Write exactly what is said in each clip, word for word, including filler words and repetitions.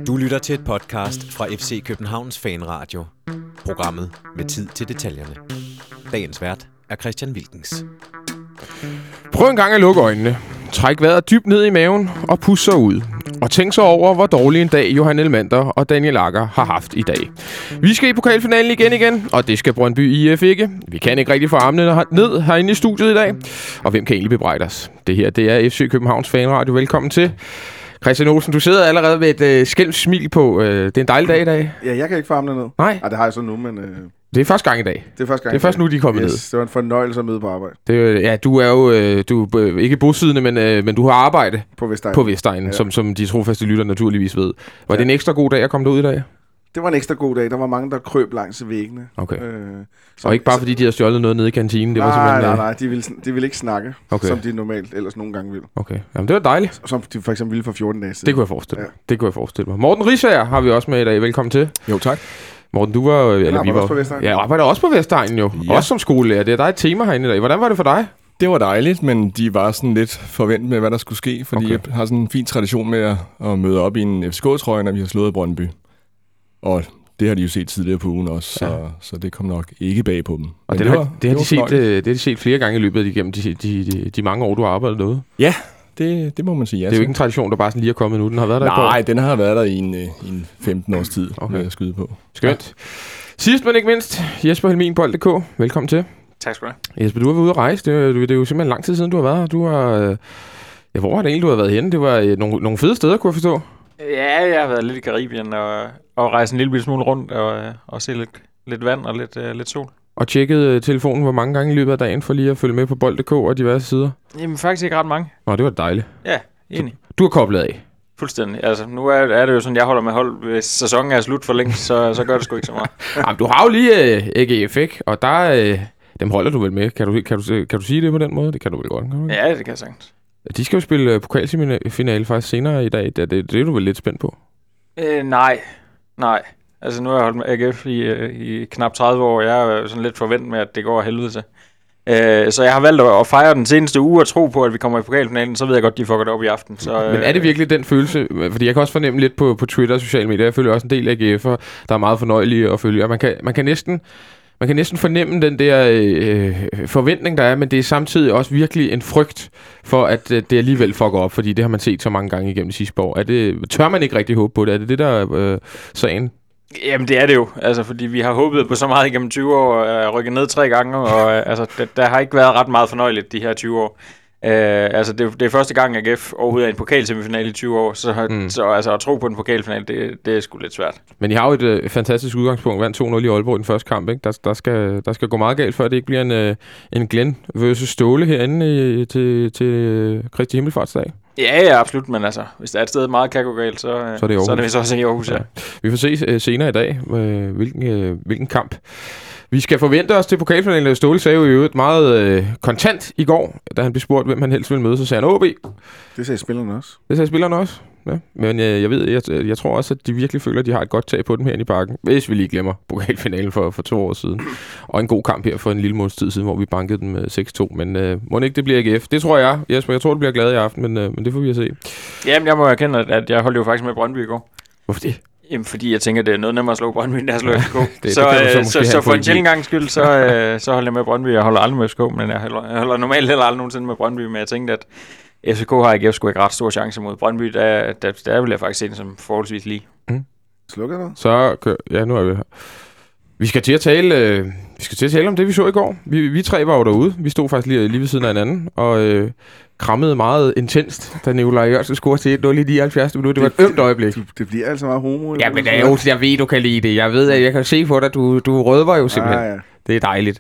Du lytter til et podcast fra F C Københavns Fanradio. Programmet med tid til detaljerne. Dagens vært er Christian Wilkens. Prøv en gang at lukke øjnene. Træk vejret dybt ned i maven og pust så ud. Og tænk så over, hvor dårlig en dag Johan Elmander og Daniel Agger har haft i dag. Vi skal i pokalfinalen igen igen, og det skal Brøndby I F ikke. Vi kan ikke rigtig få armene ned herinde i studiet i dag. Og hvem kan egentlig bebrejde os? Det her, det er F C Københavns Fanradio. Velkommen til. Christian Olsen, du sidder allerede med et øh, skælmt smil på. Øh, det er en dejlig dag i dag. Ja, jeg kan ikke få armene ned. Nej. Ej, det har jeg så nu, men... Øh... Det er første gang i dag. Det er første gang. Det er først nu, de er kommet yes, ned. Det var en fornøjelse at møde på arbejde. Det, ja, du er jo øh, du er ikke bosiddende, men, øh, men du har arbejde på Vestegnen, på Vestegnen, ja. som, som de trofaste lytter naturligvis ved. Var ja. det en ekstra god dag at komme derud i dag? Det var en ekstra god dag. Der var mange, der krøb langs væggene. Okay. Øh, som, og ikke bare fordi, de havde stjålet noget nede i kantinen? Det nej, var simpelthen, nej, nej. De ville, de ville ikke snakke, okay. som de normalt ellers nogle gange vil. Okay. Jamen, det var dejligt. Som de for eksempel ville for fjorten dage siden. Det kunne jeg forestille mig. Ja. Det kunne jeg forestille mig. Morten Risager har vi også med i dag. Velkommen til. Jo, tak. Morten, du var... Jeg eller vi var også på Vestegnen. Ja, arbejder også på Vestegnen jo. Ja. Også som skolelærer. Det er der et tema herinde i dag. Hvordan var det for dig? Det var dejligt, men de var sådan lidt forventet med, hvad der skulle ske, fordi okay. jeg har sådan en fin tradition med at, at møde op i en F C K-trøje, når vi har slået Brøndby. Og det har de jo set tidligere på ugen også, ja. så, så det kom nok ikke bag på dem. Og det, det, har, var, det, det, har det, de set, det, det har de set flere gange i løbet af de, de, de, de, de mange år, du har arbejdet derude. Ja, det, det må man sige ja. Det er jo ikke en tradition, der bare sådan lige er kommet nu. Den har været der Nej, et par den har været der i en, en femten års tid, okay. med at skyde på. Skønt. Ja. Sidst men ikke mindst, Jesper Helmin, bold punktum d k. Velkommen til. Tak skal du have. Jesper, du har været ude at rejse. Det er, det er jo simpelthen lang tid siden, du har været her. Du har... Ja, hvor er det egentlig, du har været henne? Det var nogle, nogle fede steder, kunne jeg forstå. Ja, jeg har været lidt i Karibien og, og rejst en lille smule rundt og, og se lidt, lidt vand og lidt, uh, lidt sol. Og tjekket uh, telefonen hvor mange gange i løbet af dagen for lige at følge med på bold punktum d k og diverse sider? Jamen faktisk ikke ret mange. Nå, det var dejligt. Ja, enig. Du, du har koblet af? Fuldstændig. Altså, nu er, er det jo sådan, jeg holder med hold. Hvis sæsonen er slut for længst, så, så gør det sgu ikke så meget. Jamen, du har jo lige uh, A G F, ikke? Og der... Uh, dem holder du vel med. Kan du, kan, du, kan du sige det på den måde? Det kan du vel godt, kan du ikke? Ja, det kan jeg sagtens. De skal jo spille uh, pokalfinale faktisk senere i dag. Det, det, det er du vel lidt spændt på? Øh, nej. Nej. Altså, nu har jeg holdt med A G F i, uh, i knap tredive år. Jeg er sådan lidt forventet med, at det går af helvede til. Uh, så jeg har valgt at fejre den seneste uge og tro på, at vi kommer i pokalfinalen. Så ved jeg godt, de fucker det op i aften. Så, uh, Men er det virkelig den følelse? Fordi jeg kan også fornemme lidt på, på Twitter og sociale medier. Jeg følger også en del af A G F'er, der er meget fornøjelige at følge. Og man kan, man kan næsten... Man kan næsten fornemme den der øh, forventning, der er, men det er samtidig også virkelig en frygt for, at øh, det alligevel fucker op, fordi det har man set så mange gange igennem de sidste år. Er det, tør man ikke rigtig håbe på det? Er det det, der er øh, sagen? Jamen, det er det jo. Altså, fordi vi har håbet på så meget igennem tyve år, og rykket ned tre gange, og øh, altså, der, der har ikke været ret meget fornøjeligt de her tyve år. Uh, altså det, det er første gang, at A G F overhovedet er en pokalsemifinal i tyve år, så, mm. så altså, at tro på en pokalfinal, det, det er sgu lidt svært. Men I har jo et øh, fantastisk udgangspunkt, vandt to nul i Aalborg i den første kamp, ikke? Der, der, skal, der skal gå meget galt, før det ikke bliver en, øh, en Glenn versus Ståle herinde i, til, til Kristi Himmelfartsdag. Ja, ja, absolut, men altså, hvis der er et sted meget kan gå galt, så, øh, så er det, så er det vist også i Aarhus, ja. Ja. Vi får se øh, senere i dag, øh, hvilken, øh, hvilken kamp vi skal forvente os til pokalfinalen. Ståle sagde jo i øvrigt meget øh, kontant i går, da han blev spurgt, hvem han helst ville møde, så sagde han O B. Det sagde spillerne også. Det sagde spillerne også, ja. Men øh, jeg ved, jeg, jeg tror også, at de virkelig føler, at de har et godt tag på dem herinde i parken, hvis vi lige glemmer pokalfinalen for, for to år siden. Og en god kamp her for en lille måneds tid siden, hvor vi bankede dem med seks to. Men øh, må ikke det bliver A G F? Det tror jeg, Jesper. Jeg tror, det bliver glad i aften, men, øh, men det får vi at se. Jamen, jeg må erkende, at jeg holdt jo faktisk med Brøndby i går. Hvorfor det? Jamen, fordi jeg tænker, at det er noget nemmere at slå Brøndby, end at slå F C K. det, så, det øh, så, så for en sjældent gangs skyld, så, øh, så holder jeg med Brøndby. Jeg holder aldrig med F C K, men jeg holder, jeg holder normalt heller aldrig nogensinde med Brøndby. Men jeg tænkte, at F C K har A G F sgu ikke ret stor chance mod Brøndby. Der, der, der vil jeg faktisk se den som forholdsvis lige. Mm. Slukker du? Så, ja, nu er vi her. Vi skal til at tale, øh, vi skal til at tale om det, vi så i går. Vi, vi tre var jo derude. Vi stod faktisk lige, lige ved siden af hinanden, og øh, krammede meget intenst, da Nikolaj Jørgensen scorede til et nul i nioghalvfjerds minutter. Det var et ømt øjeblik. Det, det bliver altså meget homo. Ja, men det er jo, jeg ved, du kan lide det. Jeg ved, at jeg kan se på dig, du, du rødver jo simpelthen. Ah, ja. Det er dejligt.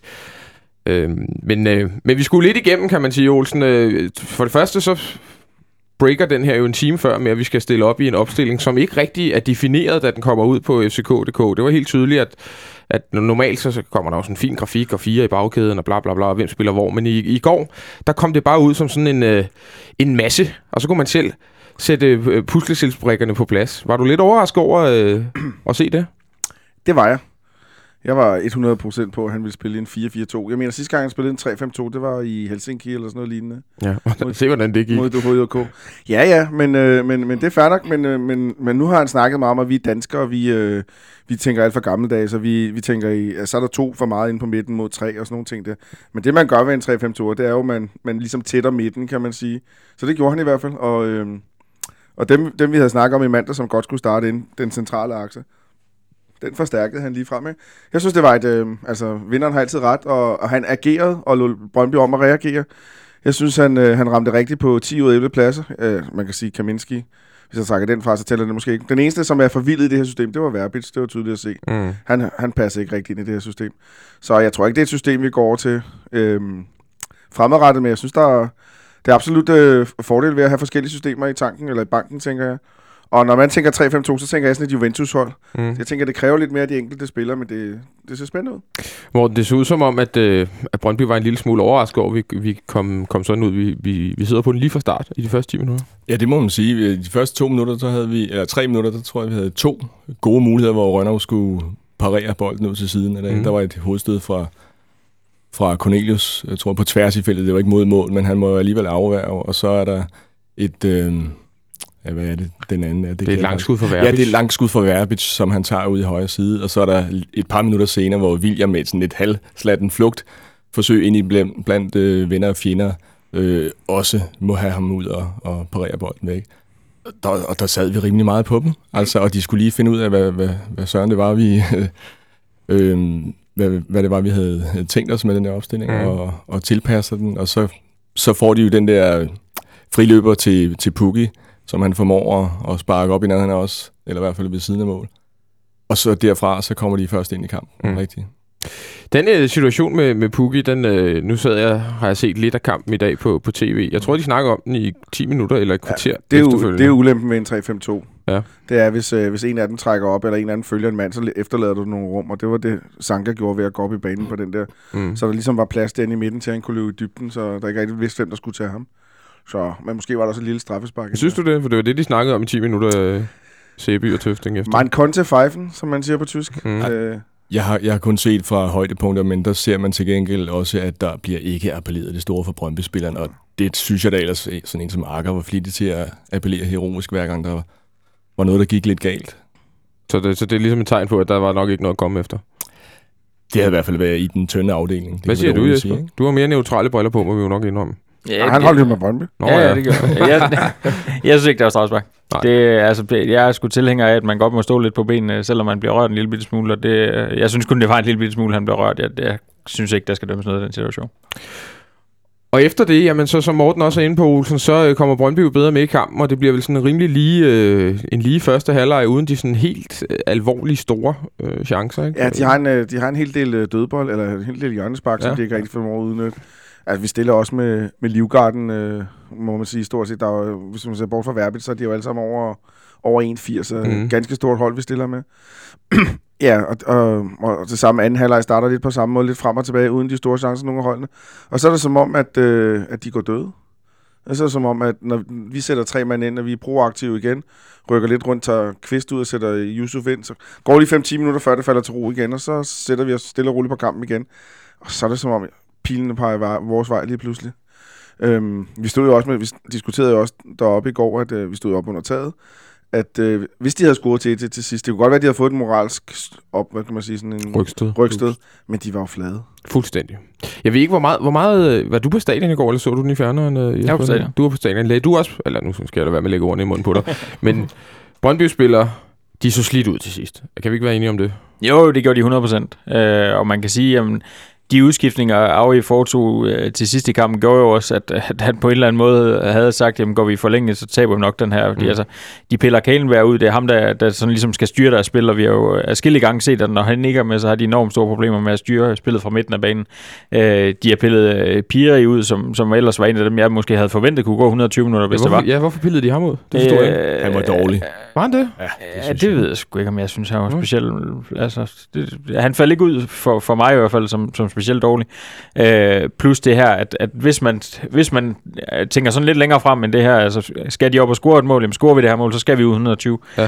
Øh, men, øh, men vi skulle lidt igennem, kan man sige, Olsen. Øh, for det første, så breaker den her jo en time før med, at vi skal stille op i en opstilling, som ikke rigtig er defineret, da den kommer ud på F C K punktum d k. Det var helt tydeligt, at, at normalt så kommer der jo sådan en fin grafik og fire i bagkæden og bla bla bla, og hvem spiller hvor. Men i, i går, der kom det bare ud som sådan en, øh, en masse, og så kunne man selv sætte øh, puslespilsbrikkerne på plads. Var du lidt overrasket over øh, at se det? Det var jeg. Jeg var hundrede procent på, at han ville spille en fire fire to. Jeg mener, sidste gang han spillede en tre fem to, det var i Helsinki eller sådan noget lignende. Ja, mod, se hvordan det gik. Mod H J K. Ja, ja, men, øh, men, men det er fair nok, men, øh, men, men nu har han snakket meget om, at vi er danskere, og vi, øh, vi tænker alt for gammeldags, så vi, vi tænker, i, at så er der to for meget inde på midten mod tre og sådan nogle ting der. Men det, man gør ved en tre fem to, det er jo, at man, man ligesom tætter midten, kan man sige. Så det gjorde han i hvert fald, og, øh, og dem, dem, vi havde snakket om i mandag, som godt skulle starte ind, den centrale akse, den forstærkede han lige frem med. Jeg synes, det var et... Øh, altså, vinderen har altid ret, og, og han agerede, og lod Brøndby om at reagere. Jeg synes, han, øh, han ramte rigtigt på ti ud af elleve pladser. Øh, man kan sige Kaminski. Hvis jeg trækker den fra, så tæller det måske ikke. Den eneste, som er forvildet i det her system, det var Verbitz. Det var tydeligt at se. Mm. Han, han passer ikke rigtigt ind i det her system. Så jeg tror ikke, det er et system, vi går over til øh, fremadrettet, men jeg synes, der er, det er absolut øh, fordel ved at have forskellige systemer i tanken, eller i banken, tænker jeg. Og når man tænker tre fem to, så tænker jeg sådan et Juventus-hold. Mm. Jeg tænker, det kræver lidt mere af de enkelte spillere, men det, det ser spændende ud. Morten, det så ud som om, at, øh, at Brøndby var en lille smule overrasket over, vi, vi kom, kom sådan ud. Vi, vi, vi sidder på den lige fra start i de første ti minutter. Ja, det må man sige. I de første to minutter, så havde vi, eller tre minutter, der tror jeg, vi havde to gode muligheder, hvor Rønnow skulle parere bolden ud til siden af det. Mm. Der var et hovedstød fra, fra Cornelius, jeg tror på tværs i feltet. Det var ikke mod mål, men han må alligevel afværge. Og så er der et... Øh, Ja, hvad er det, den anden er? Det, det er et langt skud for Verbitz. Ja, det er et langt skud for Verbitz, som han tager ud i højre side. Og så er der et par minutter senere, hvor William med sådan et halvslatten flugt forsøg ind i blandt, blandt øh, venner og fjender øh, også må have ham ud og, og parere bolden væk. Der, og der sad vi rimelig meget på dem. Altså, og de skulle lige finde ud af, hvad, hvad, hvad søren det var, vi... øh, hvad, hvad det var, vi havde tænkt os med den der opstilling, mm. og, og tilpasser den. Og så, så får de jo den der friløber til, til Pukki, som han formår at sparke op i nærheden også, eller i hvert fald ved siden af mål. Og så derfra, så kommer de først ind i kampen. Mm. Rigtigt. Den øh, situation med, med Pukki, den, øh, nu sad jeg, har jeg set lidt af kampen i dag på, på tv. Jeg tror, de snakker om den i ti minutter eller et kvarter. Ja, det, er jo, det er jo ulempen med en tre fem to. Ja. Det er, hvis, øh, hvis en af dem trækker op, eller en af dem følger en mand, så efterlader du nogle rum, og det var det, Sanka gjorde ved at gå op i banen på den der. Mm. Så der ligesom var plads derinde i midten til, at han kunne løbe i dybden, så der ikke rigtig vidste, hvem der skulle tage ham. Så, men måske var der også et lille straffespark. Synes du det? For det var det, de snakkede om i ti minutter, øh, Sæby og Tøfting efter. Man konnte pfeifen, som man siger på tysk. Mm. Øh. Jeg, har, jeg har kun set fra højdepunkter, men der ser man til gengæld også, at der bliver ikke appelleret det store for Brøndby-spilleren, og det synes jeg da ellers, sådan en som Akker var flittig til at appellere heroisk, hver gang der var noget, der gik lidt galt. Så det, så det er ligesom et tegn på, at der var nok ikke noget at komme efter? Det havde i hvert fald været i den tynde afdeling. Det Hvad siger du, Jesper? Sige, du har mere neutrale briller på, må vi jo nok indrømme. Ja, han holdt jo med Brøndby. Nå, ja, ja, det gør jeg. jeg. Jeg synes ikke, det var straffespark. Det, altså, jeg er sgu tilhænger af, at man godt må stå lidt på benene, selvom man bliver rørt en lille bitte smule. Og det, jeg synes kun, det var en lille bitte smule, han blev rørt. Jeg, jeg synes ikke, der skal dømmes noget i den situation. Og efter det, jamen, så som Morten også er inde på, Olsen, så kommer Brøndby jo bedre med i kampen, og det bliver vel sådan en rimelig lige, øh, en lige første halvleg, uden de sådan helt øh, alvorlige store øh, chancer, ikke? Ja, de har en, øh, de har en hel del øh, dødbold, eller en hel del hjørnespark, ja. Som de ikke rigtig får at udnytte. Altså, vi stiller også med, med Livgarden, øh, må man sige, stort set. Der er, hvis man ser bort fra Verbitz, så er de jo alle sammen over, over en komma firs. Mm. Ganske stort hold, vi stiller med. Ja, og, og, og til samme anden halvleg starter lidt på samme måde, lidt frem og tilbage, uden de store chancer, nogle af holdene. Og så er det som om, at, øh, at de går døde. Og så er det som om, at når vi sætter tre mand ind, og vi er proaktive igen, rykker lidt rundt, tager Kvist ud og sætter Yusuf ind, så går de fem til ti minutter, før det falder til ro igen, og så sætter vi os stille og roligt på kampen igen. Og så er det som om, pilene peger vores vej lige pludselig. Øhm, vi stod jo også med, vi diskuterede jo også deroppe i går, at øh, vi stod op under taget, at øh, hvis de havde scoret til til, til sidst, det kunne godt være, at de havde fået et moralsk op, hvad kan man sige, sådan en rygstød, rygstød men de var jo flade. Fuldstændig. Jeg ved ikke, hvor meget, hvor meget var du på stadion i går, eller så du den i fjerneren? Jeg var på stadion. Du var på stadion. Lagde du også, eller nu skal jeg da være med at lægge ordene i munden på dig, men Brøndby spiller, de så slidt ud til sidst. Kan vi ikke være enige om det? Jo, det gjorde de hundrede procent. Øh, og man kan sige, at de udskiftninger, Aui foretog øh, til sidst i kampen, gjorde jo også, at, at han på en eller anden måde havde sagt, jamen går vi for længe, så taber vi nok den her. Fordi, mm. altså, de piller Kælenberg ud, det er ham, der, der sådan ligesom skal styre deres spil, og vi har jo adskillige gange set, at når han ikke er med, så har de enormt store problemer med at styre spillet fra midten af banen. Øh, de har pillet øh, Piri ud, som, som ellers var en af dem, jeg måske havde forventet kunne gå hundrede og tyve minutter, hvis ja, hvorfor, det var. Ja, hvorfor pillede de ham ud? Det forstår øh, jeg ikke. Han var dårlig. Var han det? Ja, det, ja, det ved jeg sgu ikke, om jeg synes, han var mm. specielt. Altså, det, han faldt ikke ud for, for mig i hvert fald, som, som specielt dårlig. Øh, plus det her, at, at hvis man hvis man tænker sådan lidt længere frem end det her, altså skal de op og score et mål, jamen scorer vi det her mål, så skal vi ud hundrede og tyve. Ja.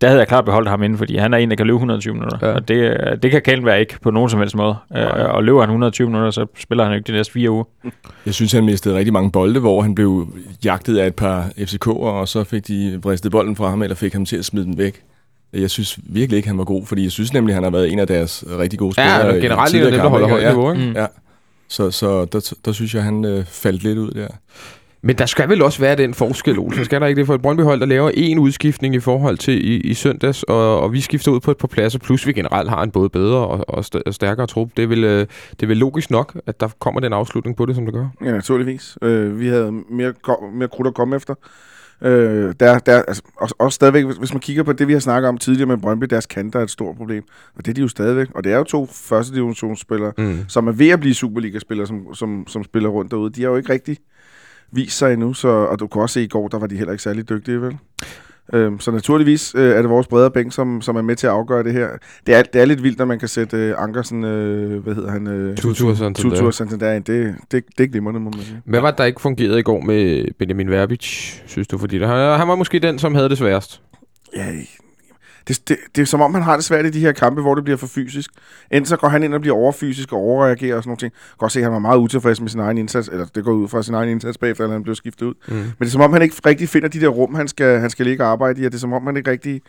der havde jeg klart beholdt ham inden, fordi han er en, der kan løbe et hundrede og tyve minutter. Ja. Og det, det kan Kjellberg ikke på nogen som helst måde. Ja. Og løber han et hundrede og tyve minutter, så spiller han jo ikke de næste fire uger. Jeg synes, han mistede rigtig mange bolde, hvor han blev jagtet af et par F C K'er, og så fik de bristet bolden fra ham, eller fik ham til at smide den væk. Jeg synes virkelig ikke, han var god, fordi jeg synes nemlig, han har været en af deres rigtig gode spillere. Ja, generelt er det, der holder højt niveau, ikke? Ja. Så, så der, der synes jeg, han øh, faldt lidt ud der. Men der skal vel også være den forskel, Olsen. Skal der ikke det for et Brøndby-hold, der laver en udskiftning i forhold til i, i søndags, og, og vi skifter ud på et par pladser, plus vi generelt har en både bedre og, og stærkere trup. Det er, vel, det er vel logisk nok, at der kommer den afslutning på det, som det gør? Ja, naturligvis. Øh, vi havde mere, mere krudt at komme efter. Øh, der, der, altså, også, også stadigvæk, hvis, hvis man kigger på det, vi har snakket om tidligere med Brøndby, deres kanter er et stort problem. Og det er de jo stadigvæk. Og det er jo to første divisionsspillere, mm. som er ved at blive Superliga-spillere, som, som, som spiller rundt derude. De har jo ikke rigtig vist sig endnu, så, og du kunne også se i går, der var de heller ikke særlig dygtige, vel? Øhm, så naturligvis øh, er det vores bredere bænk, som, som er med til at afgøre det her. Det er, det er lidt vildt, når man kan sætte øh, Ankersen, øh, hvad hedder han? Øh, Tutu og Santander ind. Det, det, det er glimrende, må man sige. Hvad var det, der ikke fungerede i går med Benjamin Verbic, synes du? Fordi der, han var måske den, som havde det sværest. Ja, det, det, det er som om, han har det svært i de her kampe, hvor det bliver for fysisk. Enten så går han ind og bliver overfysisk og overreagerer og sådan noget ting. Jeg kan også se, at han var meget utilfreds med sin egen indsats, eller det går ud fra sin egen indsats bagefter, at han blev skiftet ud. Mm. Men det er som om, han ikke rigtig finder de der rum, han skal, han skal ligge og arbejde i, og det er som om, han ikke rigtig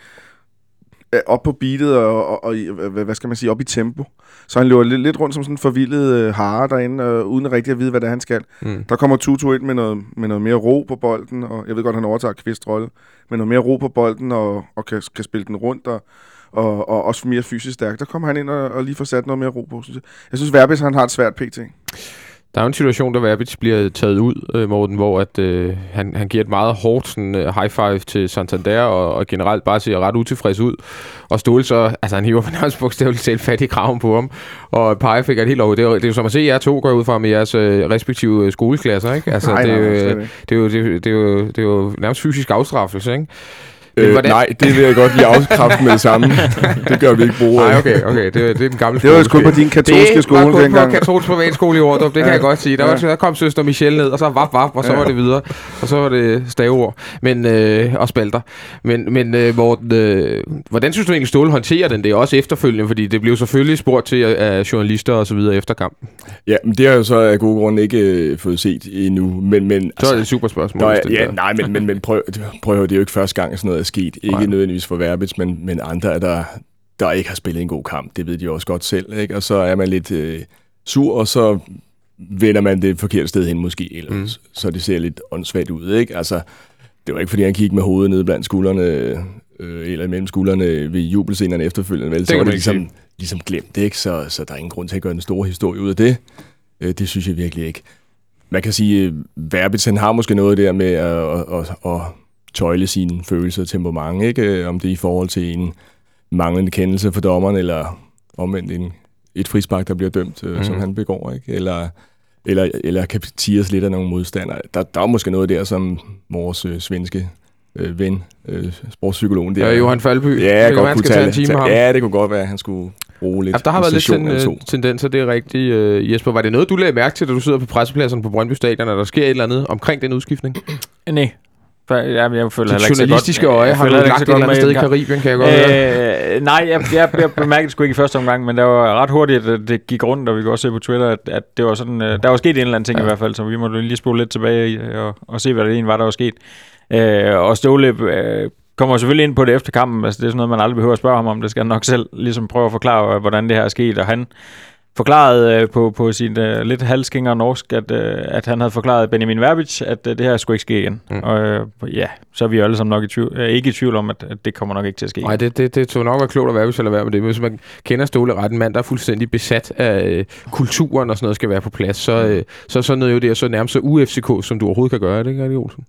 er op på beatet og, og, og hvad skal man sige, op i tempo. Så han løber lidt, lidt rundt som sådan en forvildet øh, hare derinde, øh, uden rigtig at vide, hvad det er, han skal. Mm. Der kommer Tutu ind med noget, med noget mere ro på bolden, og jeg ved godt, han overtager Kvists rolle, med noget mere ro på bolden, og, og kan, kan spille den rundt, og, og, og også mere fysisk stærk. Der kommer han ind og, og lige får sat noget mere ro på, synes jeg. Jeg synes, Verbis, han har et svært pt. Der er jo en situation, der Verbic bliver taget ud, øh, Morten, hvor at, øh, han, han giver et meget hårdt sådan, uh, high five til Santander, og, og generelt bare ser ret utilfreds ud. Og Ståle så, altså han hiver nærmest bogstaveligt selv fat i kraven på ham, og Pege fik et helt over. Det er, det er jo som at se jer to går ud fra med jeres øh, respektive øh, skoleklasser, ikke? Altså, nej, det, nej, nej, det, er jo, det, det, er jo, det er jo nærmest fysisk afstraffelse, ikke? Øh, nej, det vil jeg godt lige afkræfte med det samme. Det gør vi ikke brug af. Nej, okay, okay. Det, det er den gamle skole. Det var sgu på din katolske skole dengang. Det var kun på katolsk privatskole i Ordrup, det ja. Kan jeg godt sige. Der, var, der kom søster Michelle ned, og så vap, vap, og så ja. Var det videre. Og så var det staveord men, øh, og spalter. Men, men øh, Morten, øh, hvordan synes du egentlig, Ståle håndterer den? Det er også efterfølgende, fordi det blev selvfølgelig spurgt til af journalister og så videre efter kampen. Ja, men det har jo så af gode grunde ikke øh, fået set endnu. Men, men, så altså, er det et super spørgsmål. Nøj, ja, nej, men, men, men prøv, prøv, det er jo ikke første gang, sådan noget er sket. Ikke nej. Nødvendigvis for Verbic, men, men andre, der, der ikke har spillet en god kamp. Det ved de også godt selv, ikke? Og så er man lidt øh, sur, og så vender man det forkerte sted hen måske, eller, mm. så det ser lidt åndssvagt ud, ikke? Altså, det var ikke, fordi han kiggede med hovedet nede blandt skuldrene, øh, eller mellem skuldrene ved jubelscenerne efterfølgende, vel? Så var det ligesom, ligesom glemt, ikke? Så, så der er ingen grund til at gøre en stor historie ud af det. Øh, det synes jeg virkelig ikke. Man kan sige, at Verbic, han har måske noget der med at, at, at, at tøjle sine følelser og temperament, ikke? Om det er i forhold til en manglende kendelse for dommeren, eller omvendt en, et frispark, der bliver dømt, mm-hmm. som han begår, ikke? Eller, eller, eller kan tires lidt af nogle modstandere. Der, der er måske noget der, som vores øh, svenske øh, ven, øh, sportspsykologen der. Ja, Johan Falby. Ja, det godt kunne tage en time ja, det kunne godt være, at han skulle bruge lidt. Ja, der har været lidt ten, tendenser, det er rigtigt. Øh, Jesper, var det noget, du lagde mærke til, da du sidder på pressepladsen på Brøndby Stadion, at der sker et eller andet omkring den udskiftning? Nej. Jeg, jeg føler det journalistiske øje jeg har du lagt et eller andet sted i Karibien, kan jeg godt høre. Øh, nej, jeg, jeg, jeg bemærkede det sgu ikke i første omgang, men der var ret hurtigt, at det gik rundt, og vi kunne også se på Twitter, at, at det var sådan, der var sket en eller anden ting ja. I hvert fald, så vi måtte lige spole lidt tilbage og, og se, hvad det egentlig var, der var sket. Øh, og Ståle øh, kommer selvfølgelig ind på det efter kampen, altså det er sådan noget, man aldrig behøver at spørge ham om, det skal han nok selv ligesom prøve at forklare, hvordan det her er sket, og han forklarede øh, på, på sin øh, lidt halvskingere norsk, at, øh, at han havde forklaret Benjamin Verbic, at øh, det her skulle ikke ske igen. Mm. Og øh, ja, så er vi jo alle sammen nok i tvivl, øh, ikke i tvivl om, at, at det kommer nok ikke til at ske. Nej, det, det, det tog nok være klogt at Verbic eller være med det. Hvis man kender Ståle ret, en mand, der er fuldstændig besat af øh, kulturen og sådan noget, skal være på plads, så, øh, så sådan noget jo det er så nærmest så u F C K, som du overhovedet kan gøre, er det ikke, Adi Olsen?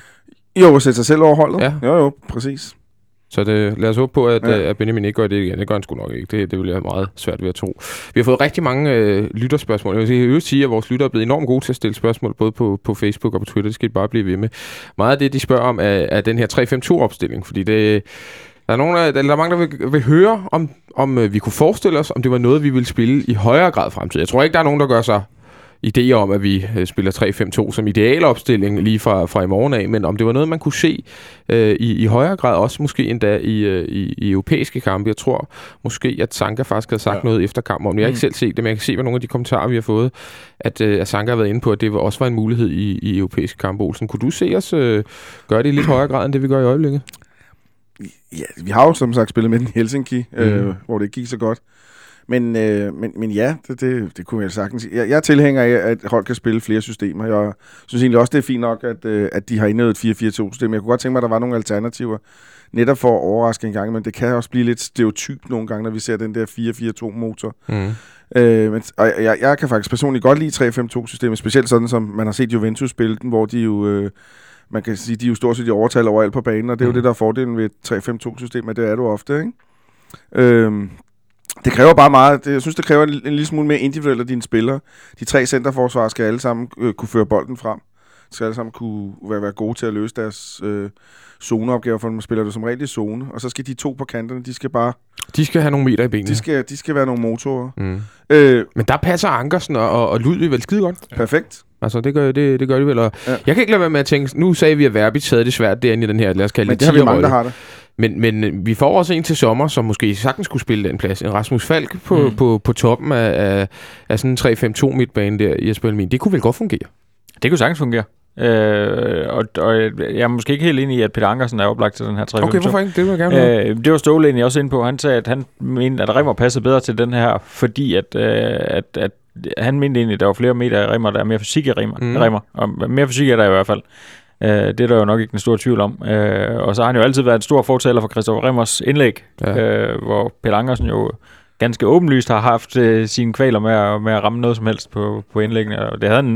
Jo, at sætte sig selv over holdet. Ja. Jo, jo, præcis. Så det, lad os håbe på, at, ja. at Benjamin ikke gør det igen. Det gør han sgu nok ikke. Det, det vil jeg meget svært ved at tro. Vi har fået rigtig mange øh, lytterspørgsmål. Jeg vil sige, at vores lyttere er blevet enormt gode til at stille spørgsmål, både på, på Facebook og på Twitter. Det skal de bare blive ved med. Meget af det, de spørger om, er, er den her tre fem to-opstilling. Fordi det, der, er nogen, der, der er mange, der vil, vil høre, om, om øh, vi kunne forestille os, om det var noget, vi ville spille i højere grad fremtid. Jeg tror ikke, der er nogen, der gør sig idéer om, at vi øh, spiller tre fem to som idealopstilling lige fra, fra i morgen af, men om det var noget, man kunne se øh, i, i højere grad, også måske endda i, øh, i, i europæiske kampe. Jeg tror måske, at Sanka faktisk havde sagt ja. noget efter kampen om det. Jeg har ikke selv set det, men jeg kan se, hvad nogle af de kommentarer, vi har fået, at, øh, at Sanka har været inde på, at det også var en mulighed i, i europæiske kampe. Olsen, kunne du se os øh, gøre det i lidt højere grad, end det vi gør i øjeblikket? Ja, vi har jo som sagt spillet med den i Helsinki, mm. øh, hvor det ikke gik så godt. Men, øh, men, men ja, det, det, det kunne jeg sagtens sige. Jeg, jeg er tilhænger af, at hold kan spille flere systemer. Jeg synes egentlig også, det er fint nok, at, øh, at de har indøvet et fire fire to-system. Jeg kunne godt tænke mig, at der var nogle alternativer, netop for at overraske en gang, men det kan også blive lidt stereotyp nogle gange, når vi ser den der fire fire to-motor. Mm. Øh, men, og jeg, jeg kan faktisk personligt godt lide tre fem to-systemet, specielt sådan, som man har set Juventus spille den, hvor de jo... Øh, man kan sige, de er jo stort set i overtal overalt på banen, og det er mm. jo det, der er fordelen ved et tre fem to-system, og det er du ofte, ikke? Øhm, det kræver bare meget, det, jeg synes, det kræver en, en lille smule mere individuelt af dine spillere. De tre centerforsvarer skal alle sammen øh, kunne føre bolden frem. De skal alle sammen kunne være, være gode til at løse deres øh, zoneopgaver, for man spiller det som regel i zone, og så skal de to på kanterne, de skal bare... De skal have nogle meter i benene. De skal, de skal være nogle motorer. Mm. Øh, Men der passer Ankersen og, og, og Ludvig vel skide godt. Perfekt. Altså, det gør, det, det gør de vel. Og ja. Jeg kan ikke lade være med at tænke, nu sagde vi, at Verbitz havde det svært derinde i den her, lad os kalde Men det har vi mange, der har det. Men, men vi får også en til sommer, som måske sagtens skulle spille den plads. En Rasmus Falk på, mm. på, på toppen af, af, af sådan en tre fem to midtbane der i Jesper Elmin. Det kunne vel godt fungere? Det kunne sagtens fungere. Øh, og, og jeg er måske ikke helt enig i, at Peter Ankersen er oplagt til den her tre fem to. Okay, hvorfor ikke? Det vil jeg gerne have. Øh, det var Ståle egentlig også inde på. Han sagde, at han mente, at Rimmer passede bedre til den her, fordi at, øh, at, at han mente egentlig, at der var flere meter i Rimmer, der er mere fysik i Rimmer. Mm. Rimmer. Og mere fysik er der i hvert fald. Uh, det er der jo nok ikke en stor tvivl om. Uh, og så har han jo altid været en stor fortaler for Christopher Rimmers indlæg, ja. uh, hvor Peter Ankersen jo ganske åbenlyst har haft uh, sine kvaler med at, med at ramme noget som helst på, på indlæggene. Og det havde han.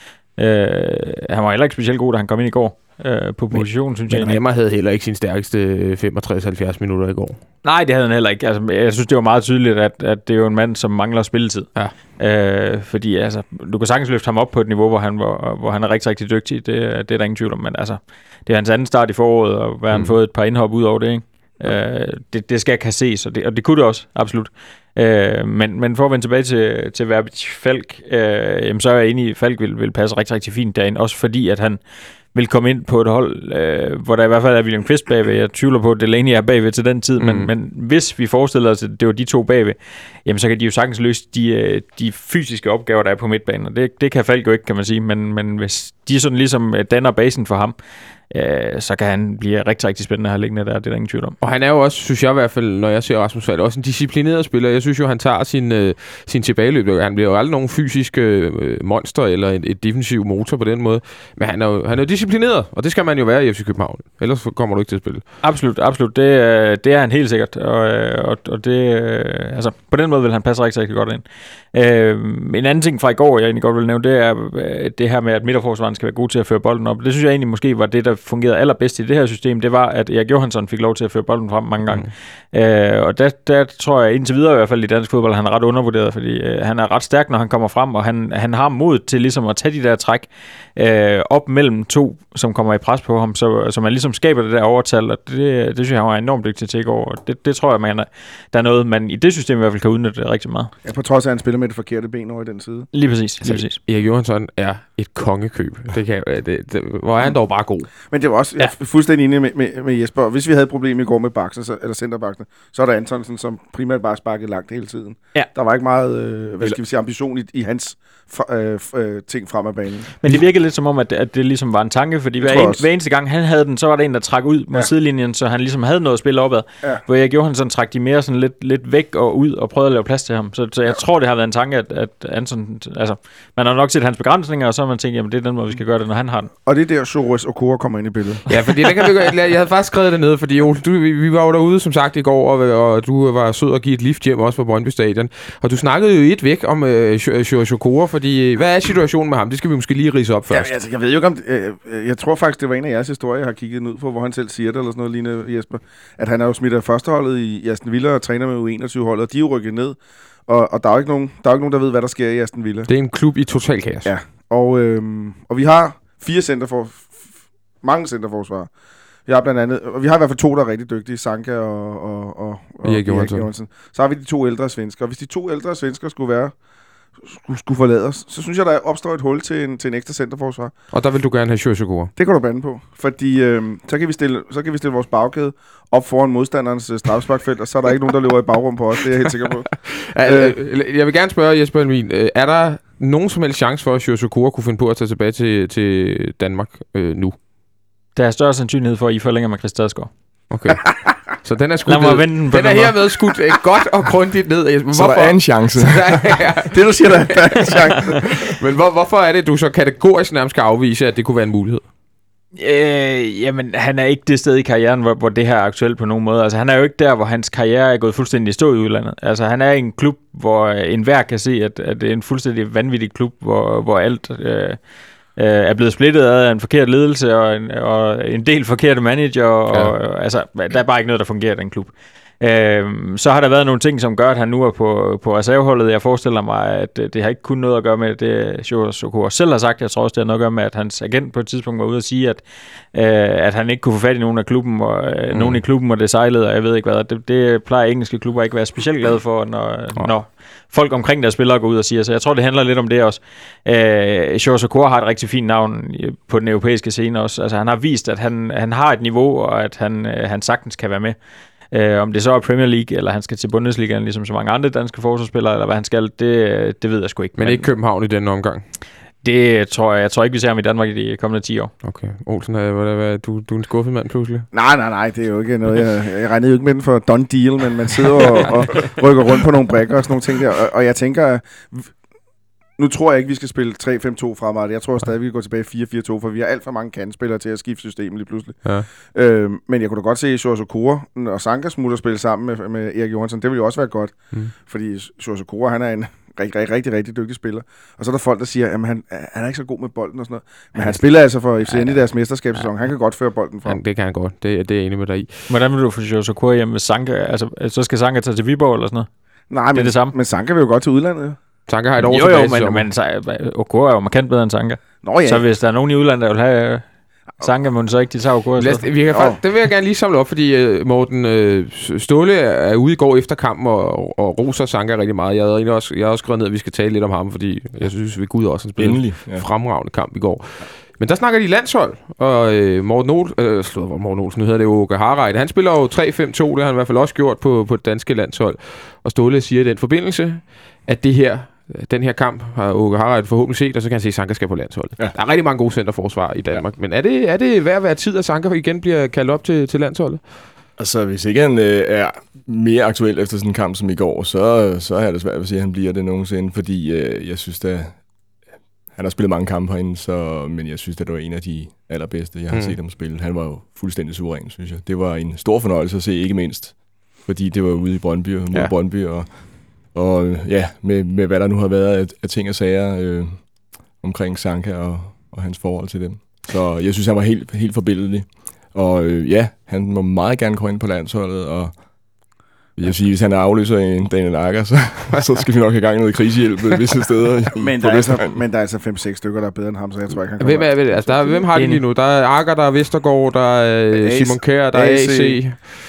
Uh, han var heller ikke specielt god, da han kom ind i går uh, på positionen, synes jeg. Men Rimmer havde heller ikke sin stærkeste femogtres til halvfjerds minutter i går. Nej, det havde han heller ikke. Altså, jeg synes, det var meget tydeligt, at, at det er jo en mand, som mangler spilletid. Ja. Øh, fordi altså, du kan sagtens løfte ham op på et niveau, hvor han, hvor, hvor han er rigtig, rigtig dygtig. Det, det er der ingen tvivl om. Men altså, det er hans anden start i foråret, og hvad han mm. fået et par indhop ud over det, ikke? Øh, det, det skal kan ses, og det, og det kunne det også, absolut. Øh, men, men for at vende tilbage til, til Verbitz Falk, øh, jamen, så er jeg enig i, at Falk vil, vil passe rigtig, rigtig fint derinde. Også fordi, at han vil komme ind på et hold, øh, hvor der i hvert fald er William Kvist bagved. Jeg tvivler på, at Delaney er bagved til den tid, mm. men, men hvis vi forestiller os, at det var de to bagved, jamen så kan de jo sagtens løse de, de fysiske opgaver, der er på midtbanen. Og det, det kan Falk jo ikke, kan man sige, men, men hvis de sådan ligesom danner basen for ham, øh, så kan han blive rigtig, rigtig spændende at have liggende der, det er der ingen tvivl om. Og han er jo også, synes jeg i hvert fald, når jeg ser Rasmus Falk, også en disciplineret spiller. Jeg synes jo, han tager sin, øh, sin tilbageløb. Han bliver jo aldrig nogen fysisk øh, monster eller et, et defensiv motor på den måde, men han er jo, han er jo disciplineret, og det skal man jo være i F C København. Ellers kommer du ikke til at spille. Absolut, absolut. Det, det er han helt sikkert, og, og, og det, altså, på den måde vil han passe rigtig, rigtig godt ind. Øh, en anden ting fra i går, jeg egentlig godt vil nævne, det er det her med, at midterforsvaren skal være god til at føre bolden op. Det synes jeg egentlig måske var det, der fungerede allerbedst i det her system. Det var, at Erik Johansson fik lov til at føre bolden frem mange gange. Mm. Øh, og der, der tror jeg indtil videre i hvert fald i dansk fodbold, han er ret undervurderet, fordi øh, han er ret stærk, når han kommer frem, og han, han har mod til ligesom at tage de der træk øh, op mellem to, som kommer i pres på ham, så, så man ligesom skaber det der overtal, og det, det synes jeg, han var enormt dygtig til i går. Det, det tror jeg, man, der er noget, man i det system i hvert fald kan udnytte rigtig meget. Ja, på trods af, at han spiller med det forkerte ben over i den side. Lige præcis. Lige præcis. Erik Johansson er et kongekøb. Det kan, det, det, hvor er han dog bare god. Men det var også, ja. Jeg er fuldstændig enig med, med, med Jesper. Hvis vi havde et problem i går med baksen, så, eller centerbaksen, så er der Antonsen, som primært bare sparkede langt hele tiden. Ja. Der var ikke meget, øh, hvad skal vi sige, ambition i, i hans for, øh, øh, ting frem af banen. Men det virkede lidt som om, at, at det ligesom var en tanke, fordi hver, en, hver eneste gang han havde den, så var der en, der trak ud mod ja. sidelinjen, så han ligesom havde noget at spille opad. Ja. Hvor jeg gjorde han sådan, trak de mere sådan lidt, lidt væk og ud og prøvede at lave plads til ham. Så, så jeg ja. tror, det har været en tanke, at, at Anton, altså, man har nok set hans begrænsninger, og så har man tænkt, jamen det er den måde, vi skal gøre det, når han har den. Og det er der, Soros og Kora kommer ind i billedet. Ja, fordi der kan vi, jeg havde faktisk skrevet det ned, fordi Ole, du, vi, vi var jo derude, som sagt, i går, og, og du var sød at give et lift hjem også på Brøndby Stadion. Og du snakkede jo et væk om øh, Kora, fordi hvad er situationen med ham? Det skal vi måske lige ridse op først. Ja, altså, jeg ved jo ikke om... Øh, jeg tror faktisk, det var en af jeres historier, jeg har kigget ud på, hvor han selv siger det, eller sådan noget lignende, Jesper. At han er jo smidt af førsteholdet i Aston Villa og træner med U enogtyve-holdet, og de er jo rykket ned. Og, og der er jo ikke nogen, der er jo ikke nogen, der ved, hvad der sker i Aston Villa. Det er en klub i total kaos. Ja, og, øh, og vi har fire centerfor... mange centerforsvarer. Vi har blandt andet... Og vi har i hvert fald to, der er rigtig dygtige. Sanka og... og, og, og Erik Johansson. Så har vi de to ældre svensker. Og hvis de to ældre svensker skulle være skulle, skulle forlade os, så synes jeg, der opstår et hul til en, til en ekstra centerforsvar. Og der vil du gerne have Sjøsegura. Det kan du bande på, fordi øh, så, kan vi stille, så kan vi stille vores bagkæde op foran modstanderens straffesparkfelt, og så er der ikke nogen, der løber i bagrum på os, det er jeg helt sikker på. øh, jeg vil gerne spørge Jesper Helmin, er der nogen som helst chance for, at Sjøsegura kunne finde på at tage tilbage til, til Danmark øh, nu? Der er større sandsynlighed for, at I forlænger med Chris Stadsgaard. Okay. Så den er skudt ned. Den, den er hermed skudt øh, godt og grundigt ned. Hvorfor? Så der er en chance. ja. Det du siger, der, der er en chance. Men hvor, hvorfor er det, du så kategorisk nærmest skal afvise, at det kunne være en mulighed? Øh, jamen, han er ikke det sted i karrieren, hvor, hvor det her er aktuelt på nogen måde. Altså, han er jo ikke der, hvor hans karriere er gået fuldstændig i stå i udlandet. Altså, han er i en klub, hvor enhver kan se, at, at det er en fuldstændig vanvittig klub, hvor, hvor alt øh, er blevet splittet af en forkert ledelse og en, og en del forkerte manager. Og, ja. og, altså, der er bare ikke noget, der fungerer i den klub. Øhm, så har der været nogle ting, som gør, at han nu er på, på reserveholdet. Jeg forestiller mig, at det har ikke kun noget at gøre med det, Sjøsegura selv har sagt. Jeg tror også, det har noget at gøre med, at hans agent på et tidspunkt var ude og sige, at, øh, at han ikke kunne få fat i nogen af klubben, og øh, mm. nogen i klubben, og det sejlede, og jeg ved ikke hvad. Det, det plejer engelske klubber ikke være specielt glade for, når, oh. når folk omkring deres spillere går ud og siger. Så jeg tror, det handler lidt om det også. Øh, Sjøsegura har et rigtig fint navn på den europæiske scene også. Altså, han har vist, at han, han har et niveau, og at han, øh, han sagtens kan være med. Uh, om det så er Premier League, eller han skal til Bundesligaen, ligesom så mange andre danske forsvarsspillere, eller hvad han skal, det, det ved jeg sgu ikke. Men, men ikke København i denne omgang? Det tror jeg. Jeg tror ikke, vi ser ham i Danmark i de kommende ti år. Okay. Olsen, hvad, hvad, du, du er en skuffet mand pludselig? Nej, nej, nej, det er jo ikke noget. Jeg, jeg regnede jo ikke med den for done deal, men man sidder og, og rykker rundt på nogle brækker og sådan nogle ting der. Og, og jeg tænker, nu tror jeg ikke, vi skal spille tre fem to fremadrettet. Jeg tror stadig, vi kan gå tilbage fire fire to, for vi har alt for mange kandspillere til at skifte systemet lige pludselig. Ja. Øhm, men jeg kunne da godt se Sjøsegura og Sanka smutter spille sammen med, med Erik Johansson. Det ville jo også være godt, mm. fordi Sjøsegura, han er en rigtig, rigtig, rigtig, rigtig dygtig spiller. Og så er der folk, der siger, at han, han er ikke så god med bolden og sådan noget. Men han spiller altså for F C N ja, i deres mesterskabssæson. Han kan godt føre bolden frem. Han, det kan han godt. Det, det er jeg enig med dig i. Hvordan vil du få Sjøsegura hjem med Sanka? Altså, så skal Sanka tage til Viborg eller sådan noget? Nej, det men, er det samme. Men Sanka vil jo godt til udlandet. Sanka har et år jo, jo, men, men Okura er jo markant bedre end Sanka. Nå, ja. Så hvis der er nogen i udlandet, der vil have uh, Sanka, må den så ikke de tager Okura. Vi kan faktisk, det vil jeg gerne lige samle op, fordi uh, Morten uh, Ståle er ude i går efter kampen og, og roser Sanka rigtig meget. Jeg har også, jeg har også skrevet ned, at vi skal tale lidt om ham, fordi jeg synes, vi Gud også han spillede en ja. fremragende kamp i går. Men der snakker de landshold, og øh, Morten Olsen, øh, slået Morten Olsen, nu hedder det jo Åke Harreide. Han spiller jo tre fem to, det har han i hvert fald også gjort på, på det danske landshold. Og Ståle siger i den forbindelse, at det her den her kamp har Åke Harreide forhåbentlig set, og så kan han se, at Sanka skal på landsholdet. Ja. Der er rigtig mange gode centerforsvar i Danmark, ja. Men er det, er det værd at være tid, at Sanka igen bliver kaldt op til, til landsholdet? Altså, hvis ikke han øh, er mere aktuel efter sådan en kamp som i går, så, så er det svært at sige, at han bliver det nogensinde, fordi øh, jeg synes, at han har spillet mange kampe herinde, så, men jeg synes, at det var en af de allerbedste, jeg har mm. set ham spille. Han var jo fuldstændig suveræn, synes jeg. Det var en stor fornøjelse at se, ikke mindst, fordi det var ude i Brøndby og mod ja. Brøndby, og Og ja, med, med hvad der nu har været af, af ting og sager øh, omkring Sanka og, og hans forhold til dem. Så jeg synes, han var helt, helt forbilledlig. Og øh, ja, han må meget gerne komme ind på landsholdet, og jeg vil sige, hvis han er afløser i en Daniel Akker, så, så skal vi nok have gang i noget krisehjælp visse steder. men, der er altså, men der er altså fem seks stykker, der er bedre end ham, så jeg tror ikke, han kommer. Hvem, er, det? Altså, der er, hvem har de lige nu? Der er Akker, der er Vestergaard, der er Simon Kjær, der er A C.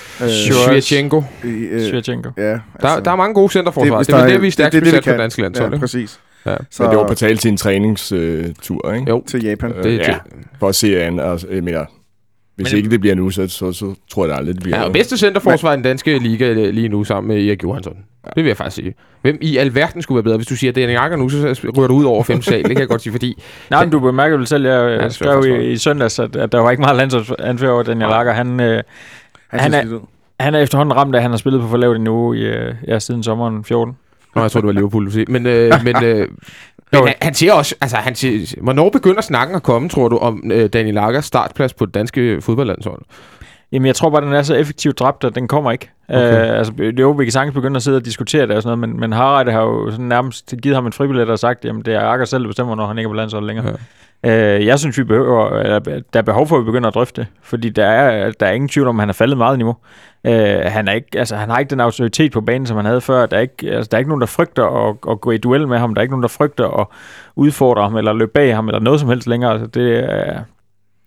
Svirchenko. Svirchenko. Ja, altså, der, der er mange gode centerforsvar. Det, det, det, det er vi stærkt besat på dansk landshold. Ja, præcis. Ja. Så men det var på tale til en træningstur, uh, ikke? Jo. Til Japan. Uh, det, ja, for at se an. Altså, jeg mener, hvis men, ikke det bliver nu, så, så, så tror jeg det aldrig, det bliver. Ja, og bedste centerforsvar i den danske liga lige nu sammen med Erik Johansson. Ja. Det vil jeg faktisk sige. Hvem i alverden skulle være bedre? Hvis du siger, at det er en jakker nu, så rører du ud over fem sal. Det kan jeg godt sige, fordi... Nej, men du bemærker vel selv, jeg, jeg skrev i, i søndags, at, at der var ikke meget landsanfører over Daniel Akker. Han, øh, han, han, er, han er efterhånden ramt af, at han har spillet på for lavt niveau i, ja, siden sommeren fjorten. Nå, jeg tror, det var Liverpool, du siger. Men, øh, men, øh, men han, han siger også... Altså, han siger, hvornår begynder snakken at komme, tror du, om øh, Daniel Akkers startplads på det danske fodboldlandshold? Jamen, jeg tror bare, den er så effektivt dræbt, at den kommer ikke. Okay. Uh, altså, det er jo, vi kan sagtens begynde at sidde og diskutere det og sådan noget, men, men Harreide har jo sådan nærmest givet ham en fribillet og sagt, jamen, det er Akker selv, der bestemmer, når han ikke er på landsholdet længere. Ja. Uh, jeg synes, vi behøver, der er behov for, at vi begynder at drøfte det, fordi der er, der er ingen tvivl om, at han er faldet meget i niveau. Uh, han, er ikke, altså, han har ikke den autoritet på banen, som han havde før. Der er ikke, altså, der er ikke nogen, der frygter at, at gå i duel med ham. Der er ikke nogen, der frygter at udfordre ham, eller løbe bag ham, eller noget som helst længere. Altså, det er...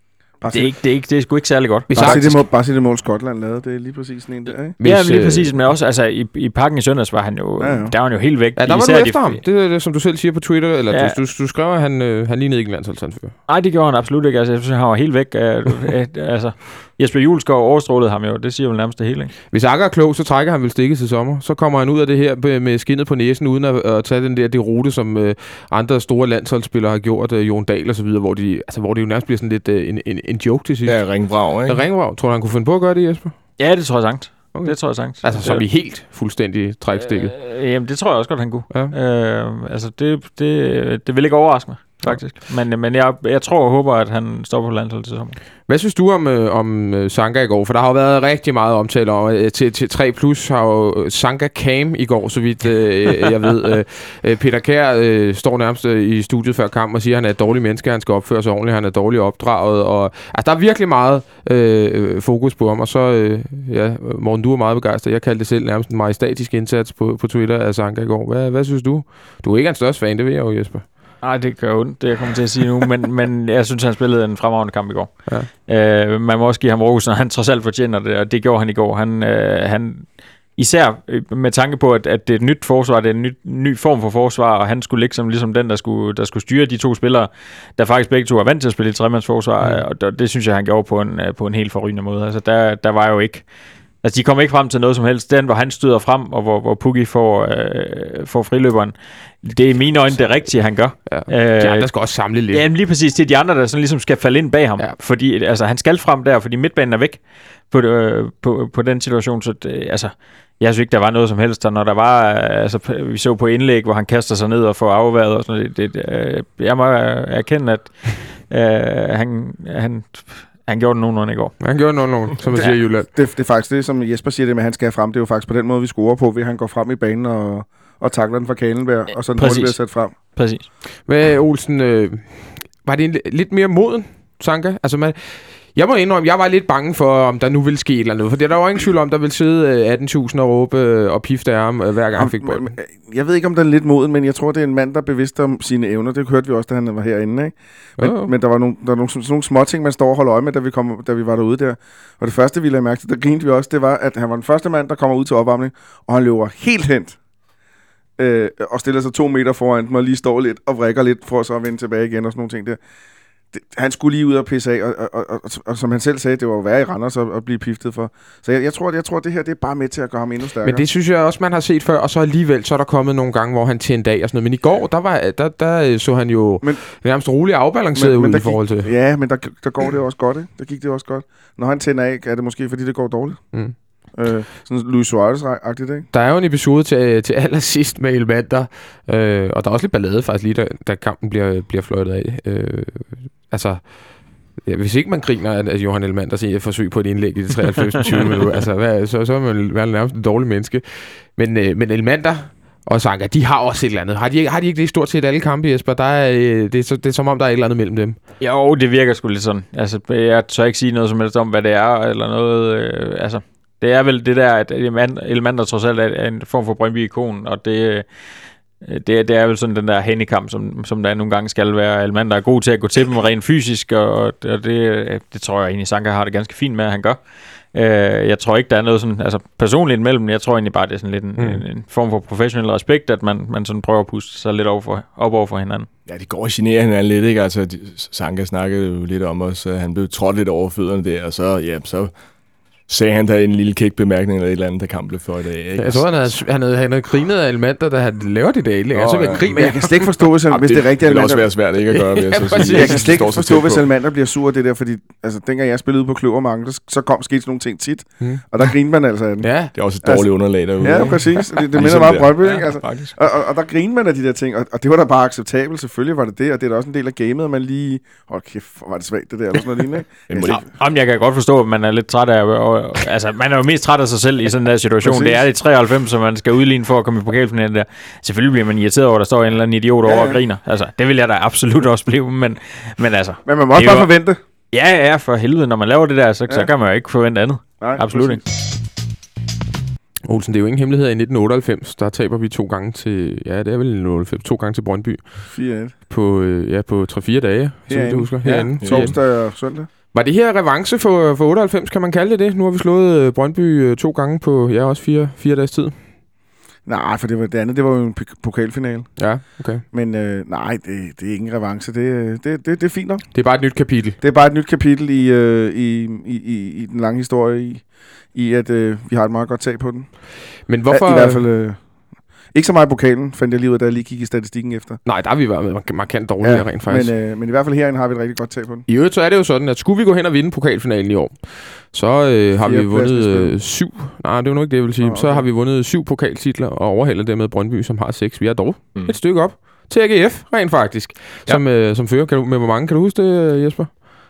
Det er, ikke, det, er ikke, det er sgu ikke særlig godt. Bare sige det, mål, bare sige det mål Skotland lavede, det er lige præcis sådan en der, ikke? Hvis, ja, lige præcis, men også altså, i, i pakken i søndags var han jo, ja, ja. der var han jo helt væk. Ja, der var du efter de, ham. Det er det, som du selv siger på Twitter, eller ja. du, du, du skrev, at han, øh, han lignede ikke en landsholdsspiller. Nej, det gjorde han absolut ikke. Altså, jeg synes, han var helt væk. altså, Jesper Hjulsgaard overstrålede ham jo, det siger vel nærmest det hele, ikke? Hvis Akker er klog, så trækker han vel stikket til sommer. Så kommer han ud af det her med skinnet på næsen, uden at, at tage den der det rute, som øh, andre store landsholdsspillere har gjort, øh, Jon Dahl og så videre, hvor, de, altså, hvor det jo nærmest bliver sådan lidt øh, en, en, en joke til sidst. Ja, ringvrag, ikke? Ringvrag. Tror du, han kunne finde på at gøre det, Jesper? Ja, det tror jeg sangt. Okay. Det tror jeg sangt. Altså, som i helt fuldstændig trækstikket? Øh, jamen, det tror jeg også godt, han kunne. Ja. Øh, altså, det, det, det vil ikke overraske mig, faktisk. Men, men jeg, jeg tror og håber, at han står på landsholdet til sommer. Hvad synes du om, øh, om øh, Sanka i går? For der har jo været rigtig meget omtale om, øh, til, til tre plus har jo Sanka Cam i går, så vidt øh, jeg ved. Øh, Peter Kjær øh, står nærmest øh, i studiet før kampen og siger, at han er et dårligt menneske, han skal opføre sig ordentligt, han er dårligt opdraget. Og, altså, der er virkelig meget øh, fokus på ham, og så, øh, ja, Morten, du er meget begejstret. Jeg kaldte det selv nærmest en majestatisk indsats på, på Twitter af Sanka i går. Hvad, hvad synes du? Du er ikke en største fan, det ved jeg jo, Jesper. Nej, det gør ondt, det jeg kommer til at sige nu, men, men jeg synes, han spillede en fremragende kamp i går. Ja. Øh, man må også give ham ros, når han trods alt fortjener det, og det gjorde han i går. Han, øh, han især med tanke på, at, at det er et nyt forsvar, det er en ny, ny form for forsvar, og han skulle ligge som ligesom den, der skulle, der skulle styre de to spillere, der faktisk begge to er vant til at spille i tremandsforsvar, mm. og det, det synes jeg, han gjorde på en, på en helt forrygende måde. Altså, der, der var jo ikke... Altså, de kommer ikke frem til noget som helst. Den, hvor han støder frem, og hvor, hvor Pukki får, øh, får friløberen, det er i mine øjne det rigtige, han gør. Ja. De andre skal også samle lidt. Ja, lige præcis. Det er de andre, der sådan ligesom skal falde ind bag ham. Ja. Fordi altså, han skal frem der, fordi midtbanen er væk på, øh, på, på den situation. Så det, altså, jeg synes ikke, der var noget som helst. Der, når der var, altså, vi så på indlæg, hvor han kaster sig ned og får afværet og sådan noget. Det, det, øh, jeg må erkende, at øh, han... han Han gjorde det nogenlunde i går. Han gjorde det nogenlunde, som man siger i Jylland. Det, det er faktisk det, som Jesper siger, det med, at han skal frem. Det er jo faktisk på den måde, vi scorer på, ved at han går frem i banen og, og takler den fra Kalenberg, og så den hurtigt bliver sat frem. Præcis. Hvad, Olsen, øh, var det en, lidt mere moden, Sanka? Altså, man, jeg må indrømme, jeg var lidt bange for, om der nu ville ske et eller andet. For der var ingen tvivl om, der ville sidde atten tusind og råbe og pifte af ham, hver gang han fik bolden. Jeg ved ikke, om den er lidt moden, men jeg tror, det er en mand, der er bevidst om sine evner. Det hørte vi også, da han var herinde, ikke? Men, oh. men der var nogle, der var nogle, sådan nogle små ting, man står og holder øje med, da vi, kom, da vi var derude der. Og det første, vi lagde mærke til, der grinte vi også, det var, at han var den første mand, der kommer ud til opvarmning, og han løber helt hen øh, og stiller sig to meter foran dem og lige står lidt og vrikker lidt for så at vende tilbage igen og sådan nogle ting der. Det, han skulle lige ud og pisse af, og, og, og, og, og som han selv sagde, det var jo værre i Randers at, at blive piftet for. Så jeg, jeg, tror, at, jeg tror, at det her det er bare med til at gøre ham endnu stærkere. Men det synes jeg også, man har set før, og så alligevel, så er der kommet nogle gange, hvor han tændte af og sådan noget. Men i går, der, var, der, der så han jo men, nærmest roligt afbalanceret men, men ud i forhold til... Ja, men der, der går det også godt, ikke? Der gik det også godt. Når han tænder af, er det måske, fordi det går dårligt. Mm. Øh, sådan Luis Suarez-agtigt, ikke? Der er jo en episode til, til allersidst med Elmander, øh, og der er også lidt ballade faktisk lige, da, da kampen bliver, bliver fløjtet af. Øh, altså... Ja, hvis ikke man griner, at Johan Elmander siger forsøg på et indlæg i det treoghalvfems tyve minutter, altså, hvad, så, så er man være nærmest en dårlig menneske. Men, øh, men Elmander og Sanka, de har også et eller andet. Har de, har de ikke det i stort set alle kampe, Jesper? Der er, øh, det, er så, det er som om, der er et eller andet mellem dem. Jo, det virker sgu lidt sådan. Altså, jeg tør ikke sige noget som helst om, hvad det er, eller noget. Øh, altså, det er vel det der, at Elmander trods alt er en form for Brøndby-ikon, og det... Det, det er vel sådan den der handikamp, som, som der nogle gange skal være. Elmander er god til at gå til dem rent fysisk, og, og det, det tror jeg egentlig, Sanka har det ganske fint med, at han gør. Uh, jeg tror ikke, der er noget sådan, altså personligt imellem, jeg tror egentlig bare, det er sådan lidt en, mm. en, en form for professionel respekt, at man, man sådan prøver at puste sig lidt over for, op over for hinanden. Ja, de går og generer hinanden lidt, ikke? Altså, de, Sanka snakkede jo lidt om os, at han blev trådt lidt over fødderne der, og så, ja, så... sagde han der en lille kæk-bemærkning eller et eller andet, der kamp blev for i dag. Ikke? Jeg tror, han havde, han havde, han havde grinet af Elmander, da han laver det i dag. Ikke? Altså, ja. Men jeg kan slet ikke forstå, hvis, han, hvis det, det er rigtigt. Det vil også være svært ikke at gøre. Ja, jeg, så jeg kan slet ikke forstå, hvis Elmander bliver sur det der, fordi altså, dengang jeg spillede ude på Kløvermarken, så kom skete sådan nogle ting tit, hmm. og der griner man altså af den. Ja. Det er også et dårligt altså, underlag derude. Ja, præcis. Det, det minder meget om Brøndby, ikke? Altså, og, og, og der griner man af de der ting, og, og det var da bare acceptabelt. Selvfølgelig var det det, og det er da også en del af gamet, at man lige... Åh, kæft, var det svagt det der, eller sådan noget lignende. Jamen, jeg kan godt forstå, at man er lidt træt af... Altså, man er jo mest træt af sig selv i sådan en situation. Præcis. Det er det treoghalvfems, som man skal udligne for at komme i pokalfinalen der. Selvfølgelig bliver man irriteret over, at der står en eller anden idiot over ja, ja. og griner. Altså, det vil jeg da absolut også blive, men, men altså... Men man må også bare jo... forvente. Ja, ja, for helvede. Når man laver det der, så, ja. så kan man jo ikke forvente andet. Nej, absolut ikke. Olsen, det er jo ingen hemmelighed. I nitten otteoghalvfems, der taber vi to gange til... Ja, det er vel nitten otteoghalvfems. To gange til Brøndby. fire et. På, ja, på tre fire dage, som du husker. Ja, torsdag og søndag. Var det her revanche for, for otteoghalvfems, kan man kalde det det? Nu har vi slået Brøndby to gange på, ja, også fire, fire dages tid. Nej, for det, var, det andet, det var jo en pokalfinale. Ja, okay. Men øh, nej, det, det er ikke en revanche. Det, det, det, det er fint nok. Det er bare et nyt kapitel. Det er bare et nyt kapitel i, øh, i, i, i, i den lange historie, i, i at øh, vi har et meget godt tag på den. Men hvorfor... I hvert fald... Øh, ikke så meget i pokalen, fandt jeg lige ud af, da jeg lige kiggede i statistikken efter. Nej, der har vi været markant dårligere ja, rent faktisk. Men, øh, men i hvert fald herinde har vi et rigtig godt tag på den. I øvrigt så er det jo sådan, at skulle vi gå hen og vinde pokalfinalen i år, så øh, har vi vundet øh, syv... Nej, det er jo nok det, jeg vil sige. Nå, okay. Så har vi vundet syv pokaltitler og overhælder dermed Brøndby, som har seks. Vi er dog mm. et stykke op til A G F, rent faktisk, ja. som, øh, som fører. Kan du, med hvor mange? Kan du huske det, Jesper?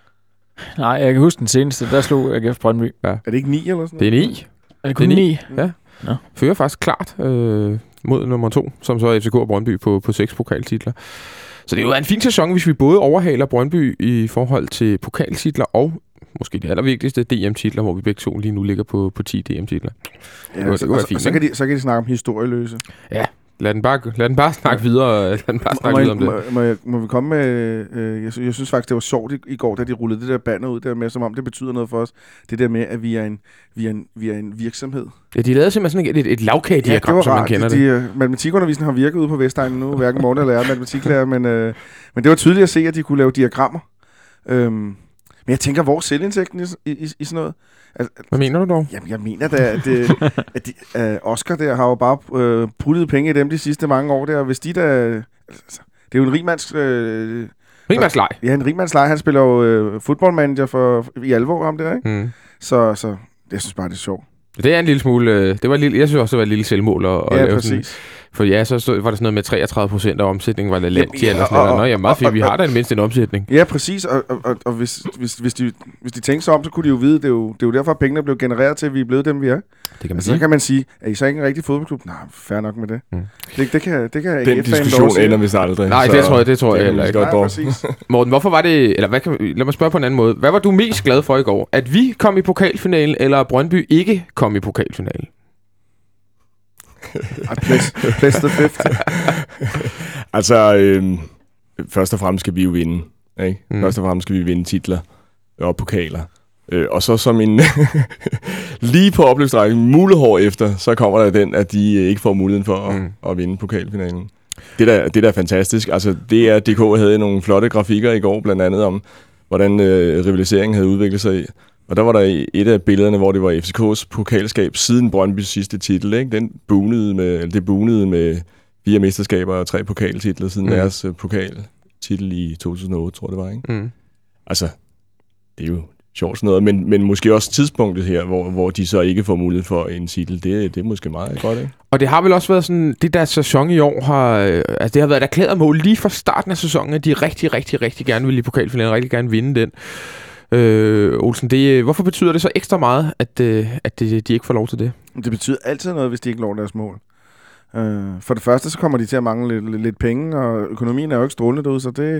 Nej, jeg kan huske den seneste. Der slog A G F Brøndby. Ja. Er det ikke ni eller sådan noget? Det er ni. Er det kun det er ni? Ja. ja. Fører faktisk klart... Øh, mod nummer to, som så er F C K og Brøndby på, på seks pokaltitler. Så det er jo en fin sæson, hvis vi både overhaler Brøndby i forhold til pokaltitler og måske det allervigtigste D M-titler, hvor vi begge to lige nu ligger på, på ti D M-titler. Ja, det, så, det fint, så, kan de, så kan de snakke om historieløse. Ja, lad den bare, lad den bare snakke videre, lad den bare snakke må, videre om det. Må, må, jeg, må vi komme med... Øh, jeg, synes, jeg synes faktisk, det var sjovt i, i går, da de rullede det der banner ud der med, som om det betyder noget for os. Det der med, at vi er en, vi er en, vi er en virksomhed. Ja, de lavede simpelthen sådan et, et, et lavkagediagram, ja, som man kender de, det. De, matematikundervisningen har virket ude på Vestegnen nu, hverken morgen eller lærer matematiklærer, men, øh, men det var tydeligt at se, at de kunne lave diagrammer. Øhm, men jeg tænker, hvor er selvindsigten i, i, i sådan noget? At, Hvad mener du dog? Jamen, jeg mener da, at, det, at de, uh, Oscar der har jo bare uh, puttet penge i dem de sidste mange år der. Hvis de der... Altså, det er jo en rigmands... Uh, rigmandsleg. Ja, en rigmandsleg. Han spiller jo uh, footballmanager for, i alvor om det, ikke? Mm. Så, så jeg synes bare, det er sjovt. Det er en lille smule... Det var en lille, jeg synes også, det var et lille selvmål at, at ja, lave præcis. Sådan, for ja, så stod, var der sådan noget med treogtredive procent af omsætningen var land til, eller sådan noget. Nå, ja, meget fint, vi har da mindst en omsætning. Ja, præcis, og, og, og, og hvis, hvis, hvis, de, hvis de tænkte sig om, så kunne de jo vide, det er jo, det er jo derfor, at pengene blev genereret til, at vi er blevet dem, vi er. Det kan man altså, sige. Så kan man sige, er I så ikke en rigtig fodboldklub? Nej, fair nok med det. Mm. Det, det kan, det kan Den diskussion ender vi aldrig. Nej, det tror jeg, det tror jeg heller ikke. Nej, præcis. Morten, hvorfor var det, eller hvad kan, lad mig spørge på en anden måde. Hvad var du mest glad for i går? At vi kom i pokalfinalen, eller at Brøndby ikke kom i pokalfinalen? Place the fifth. altså, øh, først og fremmest skal vi jo vinde. Ikke? Mm. Først og fremmest skal vi vinde titler og pokaler. Øh, og så som en lige på opløbsstrækken, mulehår efter, så kommer der den, at de ikke får muligheden for at, mm. at vinde pokalfinalen. Det der, det der er fantastisk. Altså, det er, D K havde nogle flotte grafikker i går, blandt andet om, hvordan øh, rivaliseringen havde udviklet sig. Og der var der et af billederne, hvor det var F C K's pokalskab siden Brøndbys sidste titel. Ikke? Den bunede med, eller det bunede med fire mesterskaber og tre pokaltitler siden mm. deres uh, pokaltitel i to tusind og otte, tror jeg det var. Ikke? Mm. Altså, det er jo sjovt sådan noget, men, men måske også tidspunktet her, hvor, hvor de så ikke får mulighed for en titel, det, det er måske meget godt, ikke? Og det har vel også været sådan, det der sæson i år har, altså det har været et erklæret mål lige fra starten af sæsonen, at de rigtig, rigtig, rigtig gerne vil i pokalfinalen, rigtig gerne vinde den. Øh, Olsen, det, hvorfor betyder det så ekstra meget, at, at det, de ikke får lov til det? Det betyder altid noget, hvis de ikke når deres mål. Øh, for det første, så kommer de til at mangle lidt, lidt penge, og økonomien er jo ikke strålende derude, så det,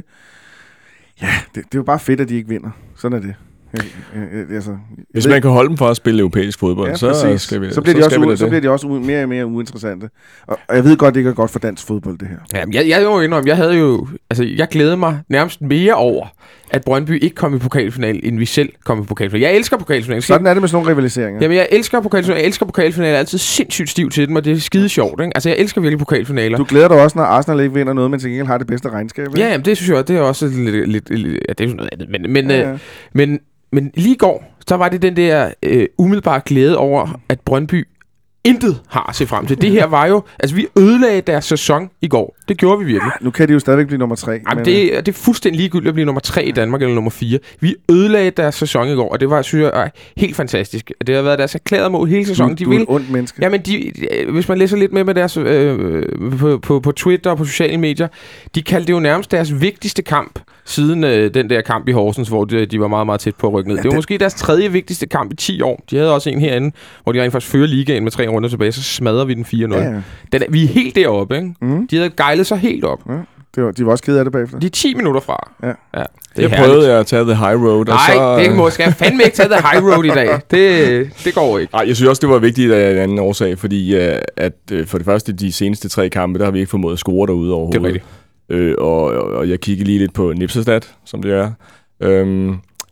ja, det, det er jo bare fedt, at de ikke vinder. Sådan er det. Altså, Hvis man kan holde dem for at spille europæisk fodbold, ja, så, skal vi, så, bliver, så, de også, vi så bliver de også mere og mere uinteressante. Og, og jeg ved godt, det ikke er godt for dansk fodbold, det her. Ja, jeg, jeg, jeg, indrømme, jeg havde jo, altså, jeg glædede mig nærmest mere over, at Brøndby ikke kom i pokalfinalen, end vi selv kom i pokalfinalen. Jeg elsker pokalfinalen. Sådan er det med sådan nogle rivaliseringer. Jamen, jeg elsker pokalfinalen. Jeg elsker pokalfinalen. Jeg er altid sindssygt stiv til dem, og det er skide sjovt, ikke? Altså, jeg elsker virkelig pokalfinaler. Du glæder dig også, når Arsenal ikke vinder noget, men til gengæld har det bedste regnskab, ikke? Ja, jamen, det synes jeg, det er også lidt, lidt, lidt ja, det er sådan noget andet. Men, men, ja, ja. Øh, men, men lige i går, så var det den der øh, umiddelbare glæde over, at Brøndby intet har at se frem til. Det her var jo... Altså, vi ødelagde deres sæson i går. Det gjorde vi virkelig. Ja, nu kan de jo stadigvæk blive nummer tre. Jamen, men... det, er, det er fuldstændig ligegyldigt at blive nummer tre i Danmark eller nummer fire. Vi ødelagde deres sæson i går, og det var, synes jeg, helt fantastisk. Det har været deres erklærede mål hele sæsonen. Du, de du vil, er et ondt menneske. Jamen, de, hvis man læser lidt med med deres... Øh, på, på, på Twitter og på sociale medier, de kaldte det jo nærmest deres vigtigste kamp siden øh, den der kamp i Horsens, hvor de, de var meget, meget tæt på at rykke ned. Ja, det var det... måske deres tredje vigtigste kamp i ti år. De havde også en herinde, hvor de rent faktisk fører ligaen med tre runder tilbage, så smadrer vi den fire nul. Ja, ja. Den er, vi er helt deroppe, ikke? Mm. De havde gejlet sig helt op. Ja, det var, de var også kede af det bagefter. De er ti minutter fra. Ja. Ja, det jeg prøvede jeg at tage the high road. Nej, og så, det må, skal jeg fandme ikke tage the high road i dag. Det, det går ikke. Nej, jeg synes også, det var vigtigt af en anden årsag, fordi uh, at uh, for det første, de seneste tre kampe, der har vi ikke formået at score derude overhovedet. Det er rigtigt. Øh, og, og jeg kiggede lige lidt på Nipsestat, som det er. Øhm,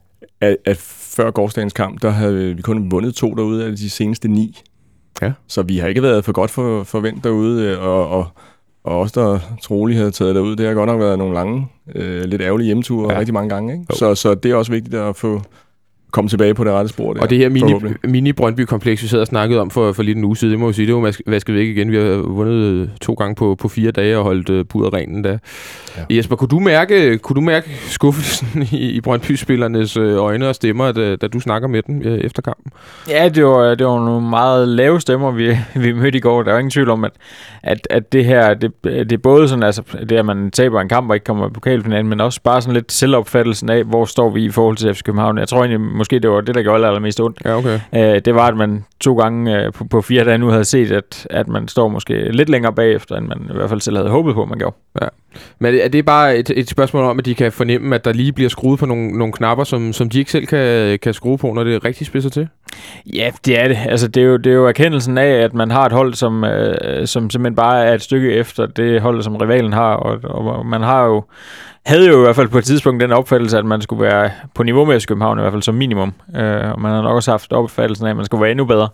at, at før gårdsdagens kamp, der havde vi kun vundet to derude af de seneste ni. Ja. Så vi har ikke været for godt for, forventet derude, og, og, og os, der troligt havde taget derud, det har godt nok været nogle lange, øh, lidt ærgerlige hjemture ja. rigtig mange gange. Ikke? Så, så det er også vigtigt at få komme tilbage på det rette spor. Der, og det her mini, mini Brøndby-kompleks, vi sad og snakkede om for, for lidt en uge siden, det må vi sige, det var vasket væk igen. Vi har vundet to gange på, på fire dage og holdt uh, puder renen der. Ja. Jesper, kunne du mærke, kunne du mærke skuffelsen i, i Brøndby-spillernes øjne og stemmer, da, da du snakker med dem uh, efter kampen? Ja, det var, det var nogle meget lave stemmer, vi, vi mødte i går. Der er ingen tvivl om, at, at, at det her, det, det er både sådan, altså det at man taber en kamp og ikke kommer i pokalfinalen, men også bare sådan lidt selvopfattelsen af, hvor står vi i forhold til F C København. Jeg tror egentlig, måske det var det, der gjorde allermest ondt. Ja, okay. Æ, det var, at man to gange øh, på, på fire dage nu havde set, at, at man står måske lidt længere bagefter, end man i hvert fald selv havde håbet på, man gjorde. Ja. Men er det bare et, et spørgsmål om, at de kan fornemme, at der lige bliver skruet på nogle, nogle knapper, som, som de ikke selv kan, kan skrue på, når det rigtig spidser til? Ja, det er det. Altså, det er jo, det er jo erkendelsen af, at man har et hold, som, øh, som simpelthen bare er et stykke efter det hold, som rivalen har, og, og man har jo havde jo i hvert fald på et tidspunkt den opfattelse, at man skulle være på niveau med København, i hvert fald som minimum. Øh, og man har nok også haft opfattelsen af, at man skulle være endnu bedre.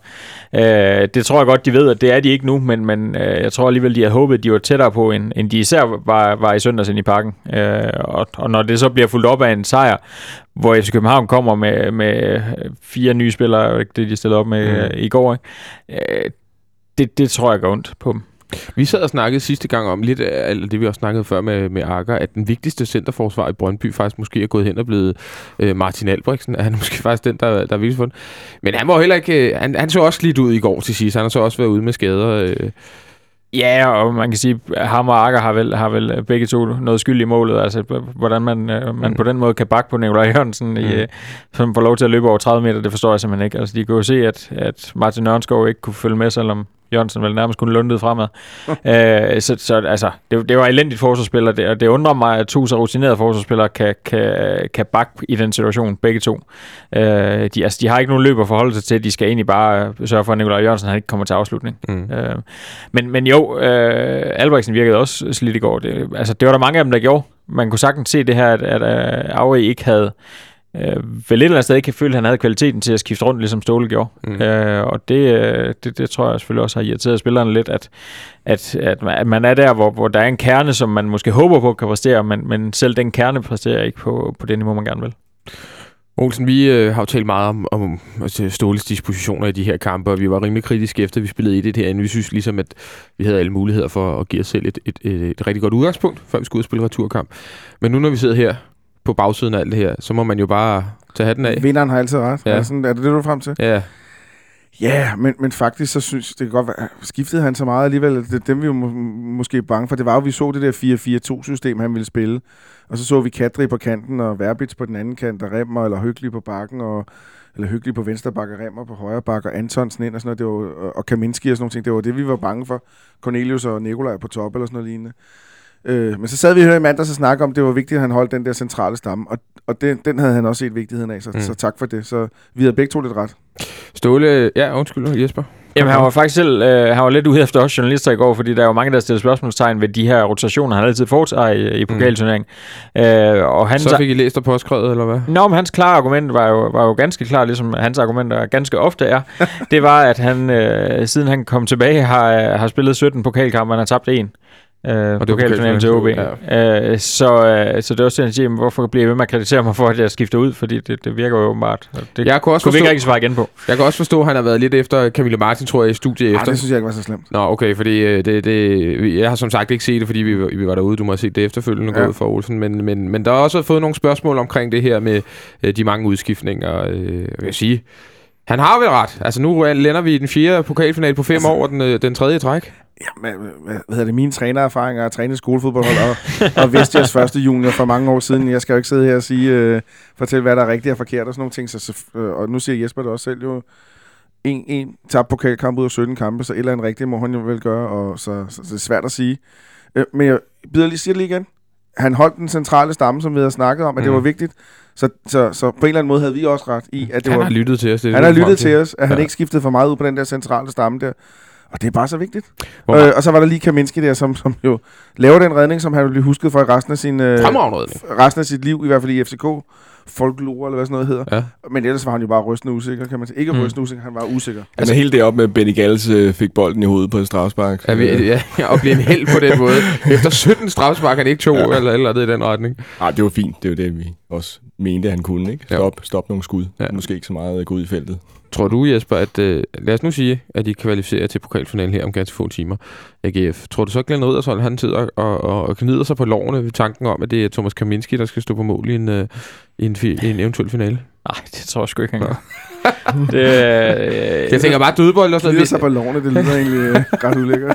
Øh, det tror jeg godt, de ved, at det er de ikke nu, men, men øh, jeg tror alligevel, de havde håbet, at de var tættere på, end, end de især var, var i søndags inde i Parken. Øh, og, og når det så bliver fuldt op af en sejr, hvor F C København kommer med, med fire nye spillere, det de stillede op med mm. øh, i går, ikke? Øh, det, det tror jeg går ondt på dem. Vi sad og snakkede sidste gang om lidt af det, vi også snakkede før med, med Akker, at den vigtigste centerforsvar i Brøndby faktisk måske er gået hen og blevet øh, Martin Albrechtsen. Han er måske faktisk den, der, der er vigtigst for den. Men han var heller ikke... Han, han så også lidt ud i går til sidst. Han har så også været ude med skader. Øh. Ja, og man kan sige, at ham og Akker har vel, har vel begge to noget skyld i målet. Altså, hvordan man, øh, man mm. på den måde kan bakke på Nikolaj Jørgensen, mm. i, som får lov til at løbe over tredive meter, det forstår jeg simpelthen ikke. Altså, de kunne jo se, at, at Martin Ørnskov ikke kunne følge med, selvom Jørgensen vel nærmest kunne lundet fremad. Æ, så, så altså, det, det var elendigt forsvarsspil, og det, og det undrer mig, at to så rutinerede forsvarsspillere kan, kan, kan bakke i den situation, begge to. Æ, de, altså, de har ikke nogen løb at forholde sig til, de skal egentlig bare sørge for, at Nikolaj Jørgensen han ikke kommer til afslutning. Mm. Æ, men, men jo, øh, Albrechtsen virkede også slidt i går. Det, altså, det var der mange af dem, der gjorde. Man kunne sagtens se det her, at, at, at Aue ikke havde Øh, vel et eller andet sted ikke kan føle, at han havde kvaliteten til at skifte rundt, ligesom Ståle gjorde. Mm. Øh, og det, det, det tror jeg selvfølgelig også har irriteret spillerne lidt, at, at, at man er der, hvor, hvor der er en kerne, som man måske håber på kan præstere, men, men selv den kerne præsterer ikke på, på det niveau, man gerne vil. Olsen, vi øh, har jo talt meget om, om altså, Ståles dispositioner i de her kampe, og vi var rimelig kritiske efter, vi spillede i det herinde. Vi synes ligesom, at vi havde alle muligheder for at give os selv et, et, et, et rigtig godt udgangspunkt, før vi skulle ud og spille returkamp. Men nu når vi sidder her på bagsiden af alt det her, så må man jo bare tage hatten af. Vinderen har altid ret. Ja. Er, sådan, er det det, du er frem til? Ja. Ja, men, men faktisk så synes det kan godt være, skiftede han så meget alligevel. Det, dem vi jo må, måske bange for. Det var jo, vi så det der fire fire to-system, han ville spille. Og så så vi Kadri på kanten, og Verbitz på den anden kant, og Remmer eller Hyggelig på bakken, og, eller Hyggelig på venstre bakke, Remmer på højre bakke, og Antonsen ind og sådan noget. Det var, og Kaminski og sådan nogle ting. Det var det, vi var bange for. Cornelius og Nikolaj på top eller sådan noget lignende. Øh, men så sad vi her i mandags og snakkede om, det var vigtigt, at han holdt den der centrale stamme, og, og den, den havde han også set vigtigheden af, så, mm. så tak for det. Så vi havde begge to lidt ret. Ståle, ja, undskyld, Jesper. Jamen, han var faktisk selv, øh, han var lidt ude efter os journalister i går, fordi der er jo mange, der stiller spørgsmålstegn ved de her rotationer, han altid foretager i, i pokalturneringen. Mm. Øh, og han så fik I læst og påskrevet, eller hvad? Nå, men hans klare argument var jo, var jo ganske klart, ligesom hans argumenter ganske ofte er. Det var, at han, øh, siden han kom tilbage, har, har spillet sytten pokalkampe, han har tabt en. Uh, og det pokalfinalen til O B. Ja. Uh, så, uh, så det er også sådan, at sige, hvorfor bliver jeg ved med at kreditere mig for, at jeg skifter ud, fordi det, det virker jo åbenbart. Det jeg kunne også kunne forstå, vi ikke svare igen på. Jeg kan også forstå, at han har været lidt efter Camille Martin, tror jeg, i studiet efter. Nej, det synes jeg ikke var så slemt. Nå, okay, fordi det, det, jeg har som sagt ikke set det, fordi vi, vi var derude. Du må have set det efterfølgende ja. Gået for Olsen. Men, men, men der er også fået nogle spørgsmål omkring det her med uh, de mange udskiftninger. Uh, vil jeg sige, han har vel ret. Altså nu lander vi i den fjerde pokalfinal på fem altså, år, og den, den tredje træk. Ja, men, hvad hedder det, mine trænererfaringer og træne skolefodboldhold og, og Vestjers første junior for mange år siden. Jeg skal jo ikke sidde her og sige, øh, fortælle, hvad der er rigtigt og forkert og sådan nogle ting. Så, øh, og nu siger Jesper det også selv jo, en, en tabt pokalkamp ud af sytten kampe, så et eller andet rigtigt må han jo vel gøre, og så, så, så det er svært at sige. Øh, men jeg bider lige sige det lige igen. Han holdt den centrale stamme, som vi havde snakket om, at mm. det var vigtigt. Så, så, så på en eller anden måde havde vi også ret i, at det han var... har lyttet til os. Det han har lyttet til os, at han ja. ikke skiftede for meget ud på den der centrale stamme der. Og det er bare så vigtigt. Øh, og så var der lige Kaminski der, som, som jo laver den redning, som han ville blive husket for i resten af, sin, øh, resten af sit liv, i hvert fald i F C K. folklore, eller hvad sådan noget hedder. Ja. Men ellers var han jo bare rystende usikker, kan man sige. Ikke mm. rystende usikker, han var usikker. Altså helt det op med Benny Galles øh, fik bolden i hovedet på et strafspark. Ja, vi, ja, og blive en held på den måde. Efter sytten strafspark, han ikke to, ja. eller, eller det i den retning. Nej, det var fint. Det var det, vi også mente, han kunne. Ikke? Stop, stop nogle skud. Ja. Måske ikke så meget gå ud i feltet. Tror du, Jesper, at øh, lad os nu sige, at de kvalificerer til pokalfinalen her om ganske få timer, A G F. Tror du så, at Glenn Riddersholm, han sidder og, og, og knider sig på lårene ved tanken om, at det er Thomas Kaminski, der skal stå på mål i en, øh, i en, fi, i en eventuel finale? Nej, det tror jeg sgu ikke, han gør. det, øh, jeg tænker bare dødbold og sådan noget. Knider sig på lårene, det lyder egentlig øh, ret ulækkert.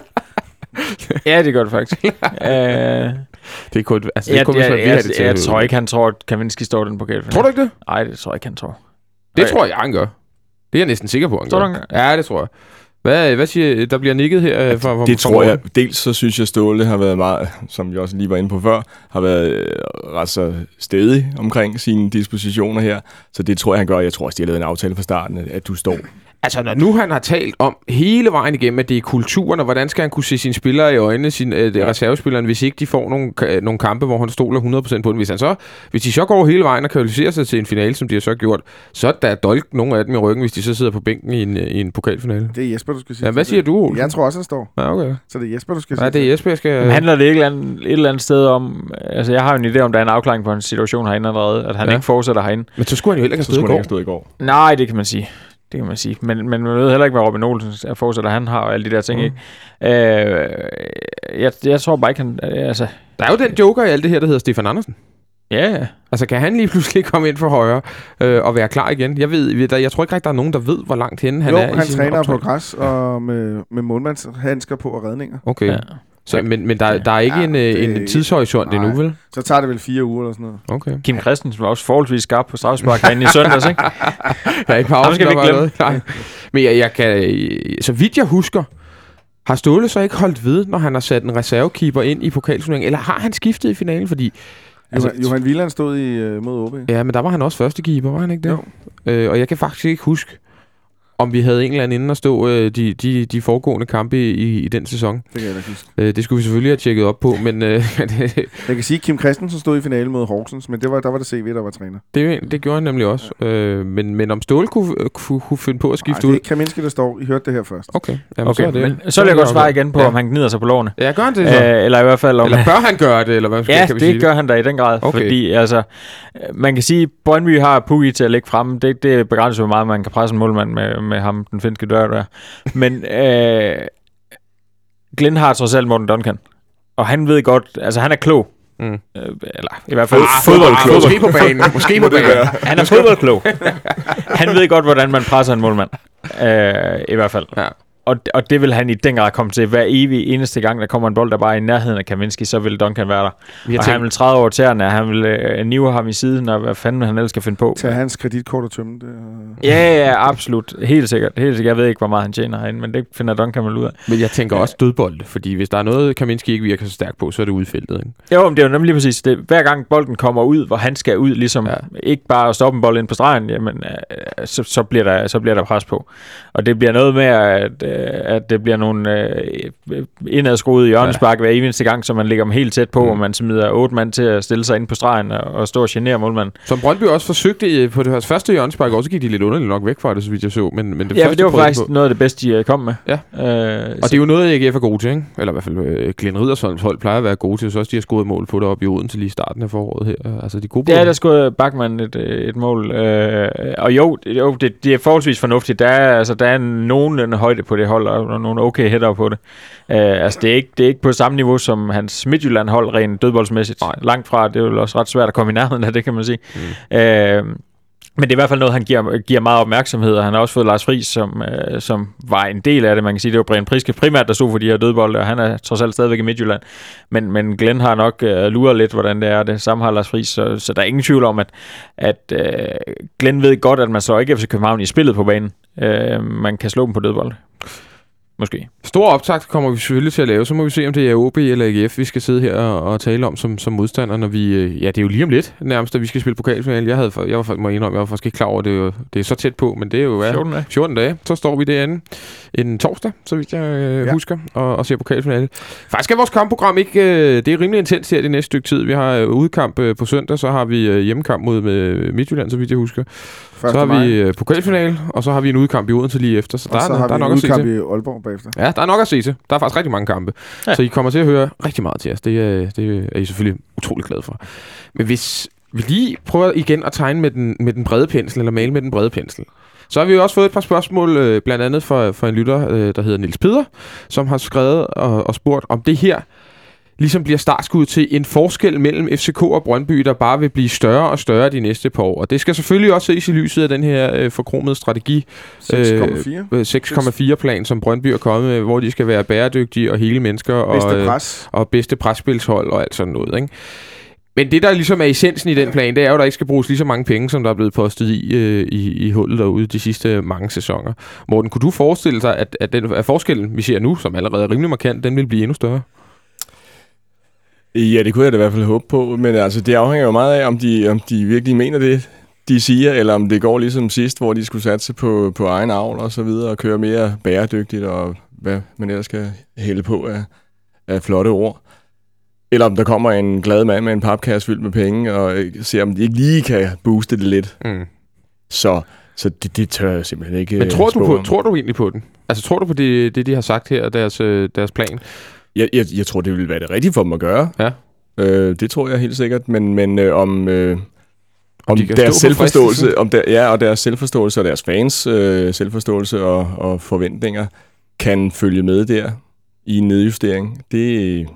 Ja, det gør det faktisk. uh, det er kun, altså, det er jeg, kun, jeg, jeg, jeg, det jeg, jeg tror ikke, han tror, at Kaminski står den pokalfinale. Tror du ikke det? Nej, det tror jeg ikke, han tror. Det Ej. tror jeg, han gør. Det er jeg næsten sikker på, han tror gør. Ja, det tror jeg. Hvad, hvad siger der bliver nikket her? Ja, for, for, det for tror jeg. Dels så synes jeg, Ståle har været meget, som vi også lige var inde på før, har været øh, ret så stedig omkring sine dispositioner her. Så det tror jeg, han gør. Jeg tror også, de har lavet en aftale fra starten, at du står. Altså, når nu han har talt om hele vejen igennem, at det er kulturen, og hvordan skal han kunne se sine spillere i øjnene, sine øh, ja. reservespillerne, hvis ikke de får nogle, nogle kampe, hvor han stoler hundrede procent på den. Hvis, han så, hvis de så går hele vejen og kvalificerer sig til en finale, som de har så gjort, så er der dolk nogle af dem i ryggen, hvis de så sidder på bænken i en, i en pokalfinale. Det er Jesper, du skal sige. Ja, hvad siger du, Olsen? Jeg tror også, han står. Ja, okay. Så det er Jesper, du skal sige. Ja, det er Jesper, jeg skal... Men handler det ikke et eller, andet, et eller andet sted om... Altså, jeg har jo en idé om, der er en afklaring på en situation herinde allerede, at han ja. ikke fortsætter herinde. Men så skulle han jo heller ikke have stået i går. Nej, det kan man sige. Det kan man sige. Men, men man ved heller ikke, hvad Robin Olsen er fortsætter. Han har og alle de der ting, mm. ikke? Øh, jeg, jeg tror bare ikke, han... Altså. Der er jo den joker i alt det her, der hedder Stefan Andersen. Ja, ja. Altså, kan han lige pludselig komme ind for højre øh, og være klar igen? Jeg ved, der, jeg tror ikke rigtig, der er nogen, der ved, hvor langt henne han jo, er. Jo, han træner optryk. På græs og med, med målmandshandsker på og redninger. Okay. Ja. Så, men men der, der er ikke ja, en, det, en tidshorisont nej. endnu, vel? Så tager det vel fire uger eller sådan noget. Okay. Kim Christensen var også forholdsvis skarp på strafspark herinde i søndags, ikke? Der er ikke pausen, skal vi ikke glemme. Nej. Men jeg, jeg kan... Så vidt jeg husker, har Ståle så ikke holdt ved, når han har sat en reservekeeper ind i pokalturneringen? Eller har han skiftet i finalen? Fordi... Altså, Johan Wieland stod i uh, mod O B. Ja, men der var han også første keeper, var han ikke det? Jo. Øh, og jeg kan faktisk ikke huske, om vi havde en eller anden inden at stå øh, de, de, de foregående kampe i, i den sæson. Det kan jeg da huske. Øh, det skulle vi selvfølgelig have tjekket op på, men... Øh, jeg kan sige, at Kim Christensen stod i finalen mod Horsens, men det var, der var det C V, der var træner. Det, det gjorde han nemlig også. Ja. Øh, men, men om Ståle kunne, kunne, kunne finde på at skifte ud... ud... Nej, det er Kaminski, der står. I hørte det her først. Okay. Jamen, okay. Så, det, men, så vil jeg godt svare igen på, ja. om han gnider sig på lårene. Ja, gør han det så? Æh, eller i hvert fald... Om eller bør han gøre det, eller hvad ja, kan vi det sige? gør han da i den grad. Okay. Fordi, altså... Man kan sige, at Brøndby har Pukki til at lægge frem. Det, det begrænser hvor meget man kan presse en målmand med, med ham, den finske dør der. Men øh, Glenn har trods alt Morten Duncan. Og han ved godt, altså han er klog. Mm. Øh, eller i hvert fald ah, fodboldklog. Måske på banen. Måske på banen. Han er fodboldklog. Han ved godt, hvordan man presser en målmand. Øh, I hvert fald. Ja. Og, og det vil han i den grad komme til. Hver evig eneste gang, der kommer en bold, der bare er i nærheden af Kaminski, så vil Duncan være der. Og tænkt... han vil træde over tæerne, han vil øh, nive ham i siden, og hvad fanden han ellers skal finde på. Tag hans kreditkort og tømme det. Ja, ja, absolut. Helt sikkert. Helt sikkert. Jeg ved ikke, hvor meget han tjener herinde, men det finder Duncan vel ud af. Men jeg tænker også dødbolde, fordi hvis der er noget, Kaminski ikke virker så stærkt på, så er det udfeltet, ikke? Jo, men det er jo nemlig lige præcis det. Hver gang bolden kommer ud, hvor han skal ud, ligesom ja. ikke bare at stoppe en bold ind på stregen, jamen, øh, så, så, bliver der, så bliver der pres på. Og det bliver noget med, at, øh, at det bliver nogle øh, indadskruede hjørnespark ja. hver eneste gang, så man ligger dem helt tæt på, mm. og man smider otte mand til at stille sig ind på stregen og, og stå og genere målmanden. Som Brøndby også forsøgte på det her første hjørnespark, også gik de lidt underligt nok væk fra det, så vidt jeg så. Men, men det, ja, men det var faktisk på. noget af det bedste, de kom med. Ja. Øh, og så. Det er jo noget, A G F er gode til, ikke? Eller i hvert fald øh, Glenn Riddersholms hold plejer at være gode til, så også de har scoret mål på det op i Odense lige i starten af foråret her. Altså, de gode ja, der scorede Bachmann et, et mål. Øh, og jo, jo det, det er forholdsvis fornuftigt. Der er, altså, der er nogen højde på det hold, og nogle okay hætter på det. Uh, altså, det er, ikke, det er ikke på samme niveau som hans Midtjylland-hold rent dødboldsmæssigt. Nej. Langt fra, det er jo også ret svært at komme i nærheden af det, kan man sige. Mm. Uh, men det er i hvert fald noget, han giver, giver meget opmærksomhed, og han har også fået Lars Friis, som, uh, som var en del af det. Man kan sige, det var Brian Priske primært, der stod for de her dødbolde, og han er trods alt stadigvæk i Midtjylland. Men, men Glenn har nok uh, luret lidt, hvordan det er. Det samme har Lars Friis, så, så der er ingen tvivl om, at, at uh, Glenn ved godt, at man slår ikke F C København i spillet på banen. Uh, man kan slå dem på dødbolde. måske. Stor optakt kommer vi selvfølgelig til at lave. Så må vi se, om det er O B eller A G F, vi skal sidde her og, og tale om som, som modstander, når vi... Ja, det er jo lige om lidt nærmest, at vi skal spille pokalfinale. Jeg, havde, jeg var, må indrømme, jeg var faktisk ikke klar over, det er, jo, det er så tæt på, men det er jo fjorten dage. fjorten dage. Så står vi derinde en torsdag, så vidt jeg øh, ja. husker, og, og ser pokalfinale. Faktisk er vores kampprogram ikke... Øh, det er rimelig intens her det næste stykke tid. Vi har øh, udekamp øh, på søndag, så har vi øh, hjemmekamp mod med Midtjylland, så vidt jeg husker. Så har vi øh, pokalfinale, og så har vi en udekamp i Odense lige efter. Så og der, så er, har der vi er nok en at se til. udekamp i Aalborg bagefter. Ja, der er nok at se til. Der er faktisk rigtig mange kampe. Ja. Så I kommer til at høre rigtig meget til os. Det er, det er I selvfølgelig utrolig glade for. Men hvis vi lige prøver igen at tegne med den, med den brede pensel, eller male med den brede pensel, så har vi jo også fået et par spørgsmål, øh, blandt andet fra, fra en lytter, øh, der hedder Niels Peder, som har skrevet og, og spurgt, om det her ligesom bliver startskud til en forskel mellem F C K og Brøndby, der bare vil blive større og større de næste par år. Og det skal selvfølgelig også ses i lyset af den her øh, forkromede strategi seks komma fire plan, som Brøndby er kommet med, hvor de skal være bæredygtige og hele mennesker bedste og, pres. og bedste presspilshold og alt sådan noget, ikke? Men det, der ligesom er essensen i den plan, det er jo, at der ikke skal bruges lige så mange penge, som der er blevet postet i, øh, i, i hullet derude de sidste mange sæsoner. Morten, kunne du forestille dig, at, at, den, at forskellen, vi ser nu, som allerede er rimelig markant, den vil blive endnu større? Ja, det kunne jeg da i hvert fald håbe på, men altså, det afhænger jo meget af, om de, om de virkelig mener det, de siger, eller om det går ligesom sidst, hvor de skulle satse på, på egen avl og så videre, og køre mere bæredygtigt, og hvad man ellers skal hælde på af, af flotte ord. Eller om der kommer en glad mand med en papkasse fyldt med penge, og ser, om de ikke lige kan booste det lidt. Mm. Så, så det, det tør jeg simpelthen ikke. Men tror du, på, tror du egentlig på den? Altså, tror du på det, det de har sagt her, deres, deres plan? Jeg, jeg, jeg tror, det vil være det rigtige for dem at gøre. Ja. Øh, det tror jeg helt sikkert. Men, men øh, om, øh, om de deres selvforståelse, om der, ja, og deres selvforståelse og deres fans øh, selvforståelse og, og forventninger kan følge med der i en nedjustering, det,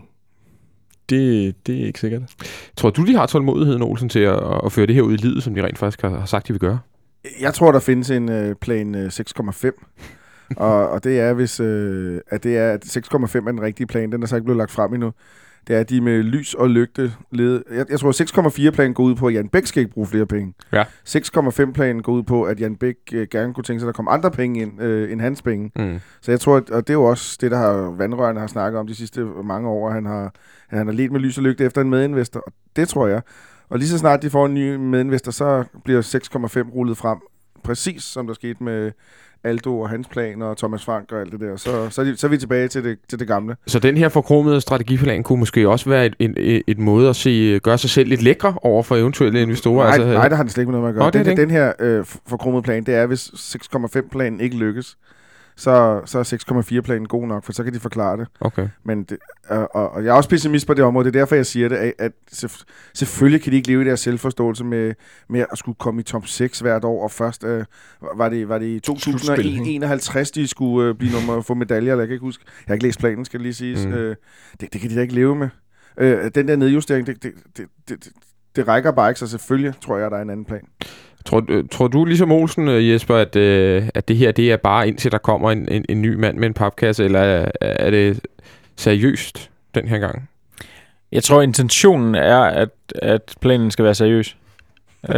det, det er ikke sikkert. Tror du, de har tålmodigheden, Olsen, til at, at føre det her ud i livet, som de rent faktisk har, har sagt, de vil gøre? Jeg tror, der findes en øh, plan øh, seks komma fem. og, og det er, hvis øh, at det er, at seks komma fem er den rigtige plan. Den er så ikke blevet lagt frem endnu. Det er, at de med lys og lygte led. Jeg, jeg tror, at seks komma fire planen går ud på, at Jan Bæk skal ikke bruge flere penge. Ja. seks komma fem planen går ud på, at Jan Bæk øh, gerne kunne tænke sig, at der kommer andre penge ind, øh, end hans penge. Mm. Så jeg tror, at, og det er jo også det, der har vandrørene har snakket om de sidste mange år. Han har, han har let med lys og lygte efter en medinvestor. Og det tror jeg. Og lige så snart de får en ny medinvestor, så bliver seks komma fem rullet frem. Præcis som der skete med Aldo og hans plan og Thomas Frank og alt det der. Så, så, er, de, så er vi tilbage til det, til det gamle. Så den her forkromede strategiplan kunne måske også være et, et, et måde at se, gøre sig selv lidt lækre over for eventuelle investorer? Nej, altså, nej, der har det slet ikke noget med at gøre. Nå, den, den her øh, forkromede plan, det er, hvis seks komma fem planen ikke lykkes, så, så er seks komma fire planen god nok, for så kan de forklare det. Okay. Men det, øh, og, og jeg er også pessimist på det område. Det er derfor, jeg siger det, at, at selvf- selvfølgelig kan de ikke leve i deres selvforståelse med, med at skulle komme i top seks hvert år, og først øh, var, det, var det i to tusind enoghalvtreds, de skulle øh, blive nummer få medaljer, eller jeg kan ikke huske. Jeg har ikke læst planen, skal lige siges. Mm. Øh, det, det kan de da ikke leve med. Øh, den der nedjustering, det, det, det, det, det, det rækker bare ikke, så selvfølgelig tror jeg, der er en anden plan. Tror, tror du ligesom Olsen, Jesper, at, at det her det er bare indtil der kommer en, en, en ny mand med en papkasse, eller er, er det seriøst den her gang? Jeg tror, intentionen er, at, at planen skal være seriøs. øh,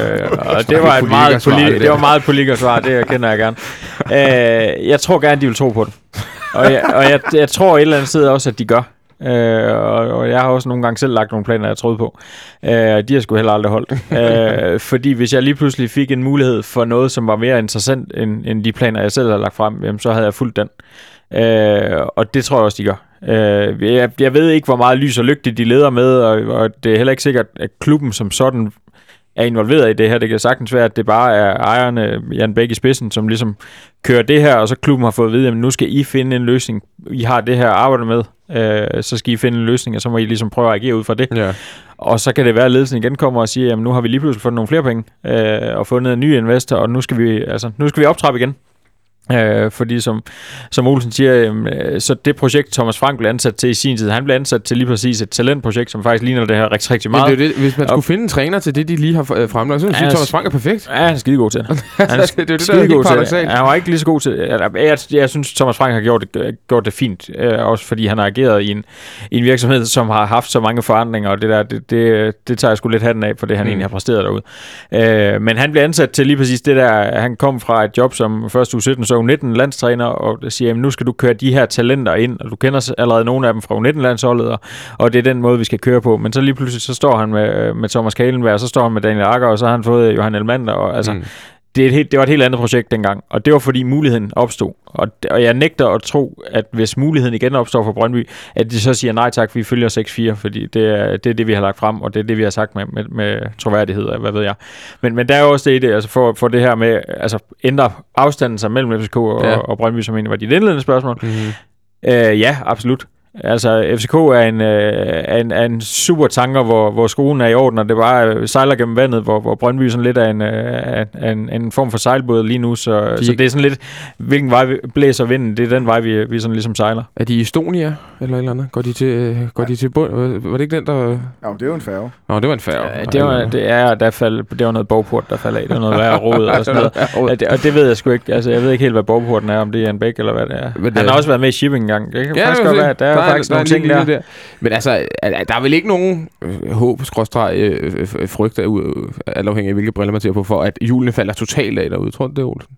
og det var et meget poli- det var meget politikersvar, det kender jeg gerne. øh, jeg tror gerne, de vil tro på det. Og jeg, og jeg, jeg tror et eller andet sted også, at de gør. Uh, og, og jeg har også nogle gange selv lagt nogle planer, jeg troede på. Uh, de har sgu heller aldrig holdt. uh, fordi hvis jeg lige pludselig fik en mulighed for noget, som var mere interessant end, end de planer, jeg selv har lagt frem, jamen, så havde jeg fulgt den. Uh, og det tror jeg også, de gør. Uh, jeg, jeg ved ikke, hvor meget lys og lygte de leder med, og, og det er heller ikke sikkert, at klubben som sådan er involveret i det her. Det kan sagtens være, at det bare er ejerne, Jan Bæk i spidsen, som ligesom kører det her, og så klubben har fået at vide, at nu skal I finde en løsning. I har det her at arbejde med, øh, så skal I finde en løsning, og så må I ligesom prøve at agere ud fra det. Ja. Og så kan det være, at ledelsen igen kommer og siger, at nu har vi lige pludselig fundet nogle flere penge, øh, og fundet en ny investor, og nu skal vi, altså, nu skal vi optrappe igen. Øh, fordi som, som Olsen siger, øh, så det projekt Thomas Frank blev ansat til i sin tid, han blev ansat til lige præcis et talentprojekt, som faktisk ligner det her rigtig, rigtig meget. Men det er det, hvis man skulle og, finde en træner til det, de lige har fremlagt, så synes jeg, Thomas Frank er perfekt. Ja, han er skidegod til det. Han er det er det, der er god til det. Han var ikke lige så god til jeg, jeg, jeg synes, Thomas Frank har gjort det, gjort det fint, øh, også fordi han har ageret i en, i en virksomhed, som har haft så mange forandringer, og det der, det, det, det tager jeg sgu lidt hatten af, for det han mm. egentlig har præsteret derude. Øh, men han blev ansat til lige præcis det der, han kom fra et job som første uge sytten, så U nitten landstræner og siger, jamen nu skal du køre de her talenter ind, og du kender allerede nogle af dem fra U nitten landsholdet, og, og det er den måde, vi skal køre på. Men så lige pludselig, så står han med, med Thomas Kahlenberg, og så står han med Daniel Akker, og så har han fået Johan Elmander, og altså... Mm. Det, er et helt, det var et helt andet projekt dengang, og det var fordi muligheden opstod. Og, og jeg nægter at tro, at hvis muligheden igen opstår for Brøndby, at de så siger nej tak, vi følger seks fire, fordi det er, det er det, vi har lagt frem, og det er det, vi har sagt med, med, med troværdighed, og hvad ved jeg. Men, men der er jo også det i det, altså for, for det her med, altså ændre afstanden sig mellem F C K og, ja. og Brøndby, som egentlig var dit indledende spørgsmål. Mm-hmm. Øh, ja, absolut. Altså, F C K er en, øh, en, en super tanker, hvor, hvor skolen er i orden, og det bare sejler gennem vandet, hvor, hvor Brøndby sådan lidt er en, øh, en, en form for sejlbåd lige nu, så, de, så det er sådan lidt, hvilken vej vi blæser vinden, det er den vej, vi, vi sådan ligesom sejler. Er de i Estonia, eller et eller andet? Går de til, går de til bund? Var det ikke den, der... Ja, det er jo en færge. Nå, det var en færge. Ja, det, var, det, er, der fald, det var noget borgport, der falder af. Det var noget værre rod og sådan noget. Og det, og det ved jeg sgu ikke. Altså, jeg ved ikke helt, hvad borgporten er, om det er en bæk eller hvad det er. Men Han det, har også været med i shipping engang. Det kan ja, faktisk godt være, der er der, faktisk der nogle ting der. der. Men altså, der er vel ikke nogen øh, håb, skråstreg, øh, frygt af, øh, alt afhængig af hvilke briller man ser på, for at hjulene falder totalt af derude. Tror du det, Olsen?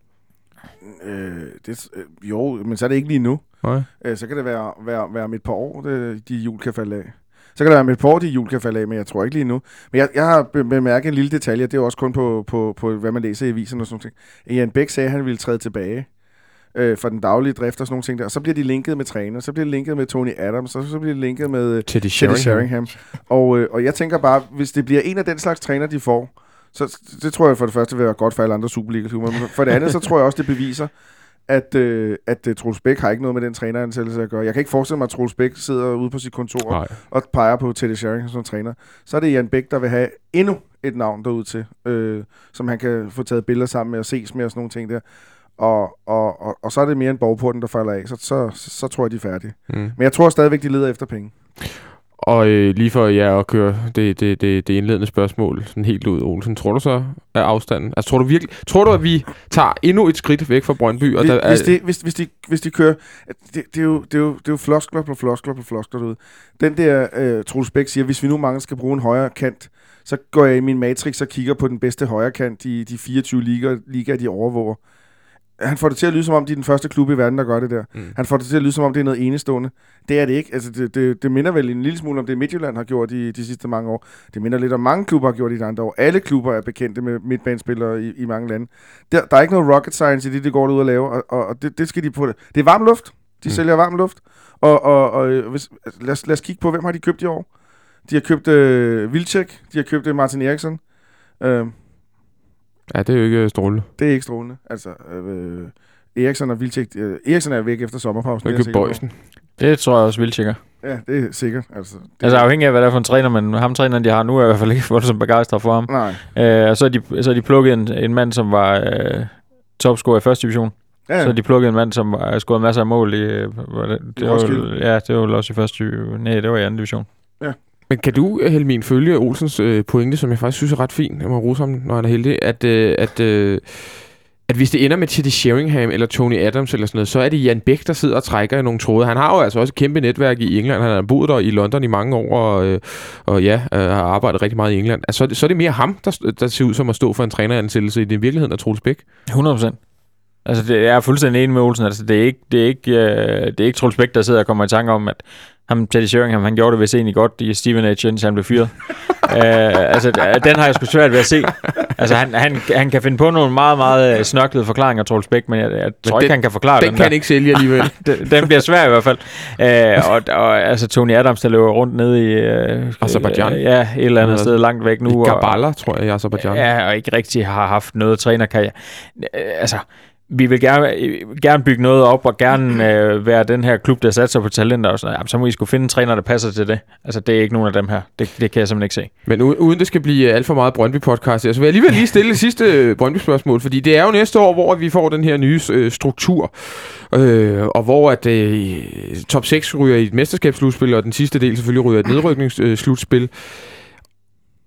Øh, det, øh, jo, men så er det ikke lige nu. Nej. Øh, så kan det være, være, være om et par år, det, de hjul kan falde af. Så kan det være om et par år, de hjul kan falde af, men jeg tror ikke lige nu. Men jeg, jeg har bemærket en lille detalje, det er også kun på, på, på hvad man læser i aviserne og sådan noget. Jan Bæk sagde, at han ville træde tilbage øh, for den daglige drift og sådan nogle ting der. Og så bliver de linket med træner, så bliver de linket med Tony Adams, og så bliver de linket med Teddy Sheringham. Sheringham. Og, øh, og jeg tænker bare, hvis det bliver en af den slags træner, de får, så det tror jeg for det første vil være godt for alle andre Superliga-klubber. Men for det andet, så tror jeg også, det beviser, at, øh, at uh, Troels Bæk har ikke noget med den træneransættelse at gøre. Jeg kan ikke forestille mig, at Troels Bæk sidder ude på sit kontor Nej. og peger på Teddy Sheringham som træner. Så er det Jan Bæk, der vil have endnu et navn derude til, øh, som han kan få taget billeder sammen med og ses med og sådan nogle ting der. Og, og, og, og så er det mere en borgporten, der falder af. Så, så, så, så tror jeg, de er færdige. Mm. Men jeg tror stadigvæk, de leder efter penge. Og øh, lige for jer at køre det, det, det, det indledende spørgsmål sådan helt ud, Olsen, tror du så er afstanden? Altså tror du virkelig, tror du, at vi tager endnu et skridt væk fra Brøndby? Og hvis, der er, hvis, det, hvis, hvis, de, hvis de kører, det, det, er jo, det, er jo, det er jo floskler på floskler på floskler derude. Den der, øh, Troels Bæk siger, hvis vi nu mange skal bruge en højre kant, så går jeg i min matrix og kigger på den bedste højre kant i de fireogtyve ligaer, ligaer de overvåger. Han får det til at lyde, som om de er den første klub i verden, der gør det der. Mm. Han får det til at lyde, som om det er noget enestående. Det er det ikke. Altså, det, det, det minder vel en lille smule om det, Midtjylland har gjort de, de sidste mange år. Det minder lidt om mange klubber har gjort i de andre år. Alle klubber er bekendte med midtbanespillere i, i mange lande. Der, der er ikke noget rocket science i det, de går ud og laver, og, og, og det, det skal de på det. Det er varm luft. De mm. sælger varm luft. Og, og, og hvis, lad, os, lad os kigge på, hvem har de købt i år? De har købt øh, Wilczek, de har købt øh, Martin Eriksson. Øh, ja, det er jo ikke strålende. Det er ikke strålende. Altså... Øh, Eriksson og Wilczek. Øh, Eriksson er væk efter sommerpausen. Det er ikke Bøjsen. Det tror jeg også, Wilczek er. Ja, det er sikkert. Altså, det altså afhængig af, hvad det er for en træner, men ham træneren, de har nu, er i hvert fald ikke voldsomt begejstret for ham. Nej. Øh, og så har de, så de plukket en, en mand, som var øh, topscorer i første division. Ja, ja. Så har de plukket en mand, som har scoret masser af mål i... Øh, det, det var, ja, det var også i første division. Nej, det var i anden division. Ja. Men kan du, Helmin, følge Olsens øh, pointe, som jeg faktisk synes er ret fin, jeg må rose ham, når han er heldig, at... Øh, at øh, at hvis det ender med Teddy Sheringham eller Tony Adams eller sådan noget, så er det Jan Bæk, der sidder og trækker i nogle tråde. Han har jo altså også et kæmpe netværk i England. Han har boet der i London i mange år, og, øh, og ja, øh, har arbejdet rigtig meget i England. Altså, så er det mere ham, der, der ser ud som at stå for en træneransættelse i den virkeligheden af Troels Bæk. hundrede procent. Altså, det er fuldstændig enig med Olsen. Altså, det er ikke, det er ikke, øh, det er ikke Troels Bæk, der sidder og kommer i tanke om, at ham, Teddy Sheringham, han gjorde det vist egentlig godt i Steven Age, indtil han blev fyret. uh, altså, den har jeg sgu svært ved at se. Altså, han, han, han kan finde på nogle meget, meget snørklede forklaringer, Troels Bæk, men jeg, jeg tror men ikke, den, han kan forklare den. Den kan der. Ikke sælge alligevel. den, den bliver svær i hvert fald. Uh, og, og altså, Tony Adams, der løber rundt nede i... Uh, Aserbajdsjan. Uh, ja, et eller andet ja, sted langt væk nu. I Gabala, tror jeg, i Aserbajdsjan. Ja, og ikke rigtig har haft noget trænerkarriere. Uh, altså... Vi vil gerne, gerne bygge noget op, og gerne øh, være den her klub, der satser på talenter og sådan noget. Jamen, så må I skulle finde en træner, der passer til det. Altså, det er ikke nogen af dem her. Det, det kan jeg simpelthen ikke se. Men u- uden det skal blive alt for meget Brøndby-podcast, så vil jeg alligevel lige stille det sidste Brøndby-spørgsmål, fordi det er jo næste år, hvor vi får den her nye øh, struktur, øh, og hvor at øh, top seks ryger i et mesterskabsslutspil, og den sidste del selvfølgelig ryger i et nedrykningsslutspil.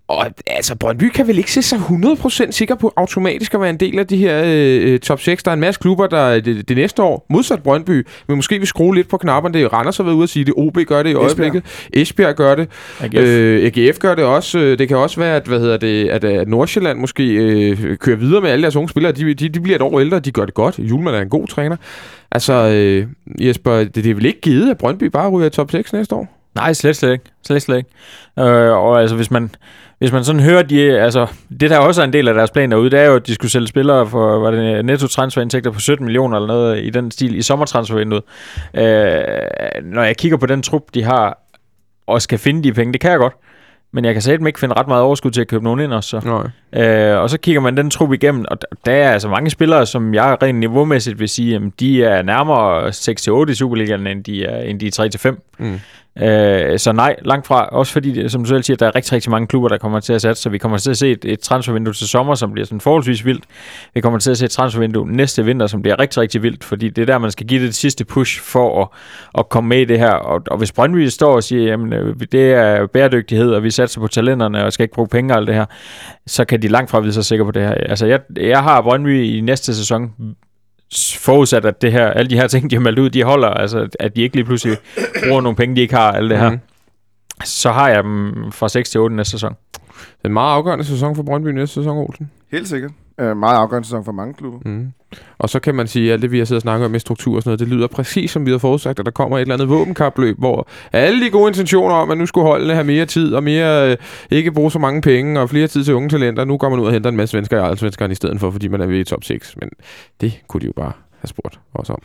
Og altså, Brøndby kan vel ikke se sig hundrede procent sikker på automatisk at være en del af de her øh, top seks. Der er en masse klubber, der det, det næste år, modsat Brøndby, men måske vil skrue lidt på knapperne. Det er Randers har været ude at sige det. O B gør det i øjeblikket. Esbjerg gør det. A G F, øh, A G F gør det også. Det kan også være, at, hvad hedder det, at, at Nordsjælland måske øh, kører videre med alle deres unge spillere. De, de, de bliver et år ældre, de gør det godt. Julemand er en god træner. Altså, øh, Jesper, det, det er vel ikke givet, at Brøndby bare ryger i top seks næste år? Nej, slet slet ikke. Slet slet ikke. Øh, og altså, hvis man, hvis man sådan hører, de, altså, det der også er en del af deres plan derude, det er jo, at de skulle sælge spillere for, var det netto transferindtægter på sytten millioner eller noget i den stil i sommertransfervinduet. Øh, når jeg kigger på den trup, de har, og skal finde de penge, det kan jeg godt. Men jeg kan satme ikke finde ret meget overskud til at købe nogen ind også. Så. Øh, og så kigger man den trup igennem, og der er altså mange spillere, som jeg rent niveaumæssigt vil sige, jamen, de er nærmere seks til otte i Superligaen, end de er, end de er tre til fem. Mm. Øh, så nej, langt fra. Også fordi, som du selv siger, der er rigtig, rigtig mange klubber, der kommer til at satse, så vi kommer til at se et, et transfervindue til sommer, som bliver sådan forholdsvis vildt. Vi kommer til at se et transfervindue næste vinter, som bliver rigtig, rigtig vildt, fordi det er der, man skal give det, det sidste push for at, at komme med i det her. Og, og hvis Brøndby står og siger, jamen det er bæredygtighed, og vi satser på talenterne, og skal ikke bruge penge og alt det her, så kan de langt fra vide sig sikre på det her. Altså, jeg, jeg har Brøndby i næste sæson forudsat, at det her, alle de her ting, de har meldt ud, de holder, altså at de ikke lige pludselig bruger nogle penge, de ikke har, alt det her. Mm-hmm. Så har jeg dem fra seks til otte næste sæson. Det er en meget afgørende sæson for Brøndby næste sæson, Olsen. Helt sikkert. Uh, meget afgørende sæson for mange klubber. Mm. Og så kan man sige, at alt det, vi har siddet og snakket om med struktur og sådan noget, det lyder præcis som vi har forudsagt, at der kommer et eller andet våbenkapløb, hvor alle de gode intentioner om, at nu skulle holdene have mere tid og mere øh, ikke bruge så mange penge og flere tid til unge talenter, nu går man ud og henter en masse svensker i Allsvenskan i stedet for, fordi man er ved i top seks. Men det kunne de jo bare have spurgt os om.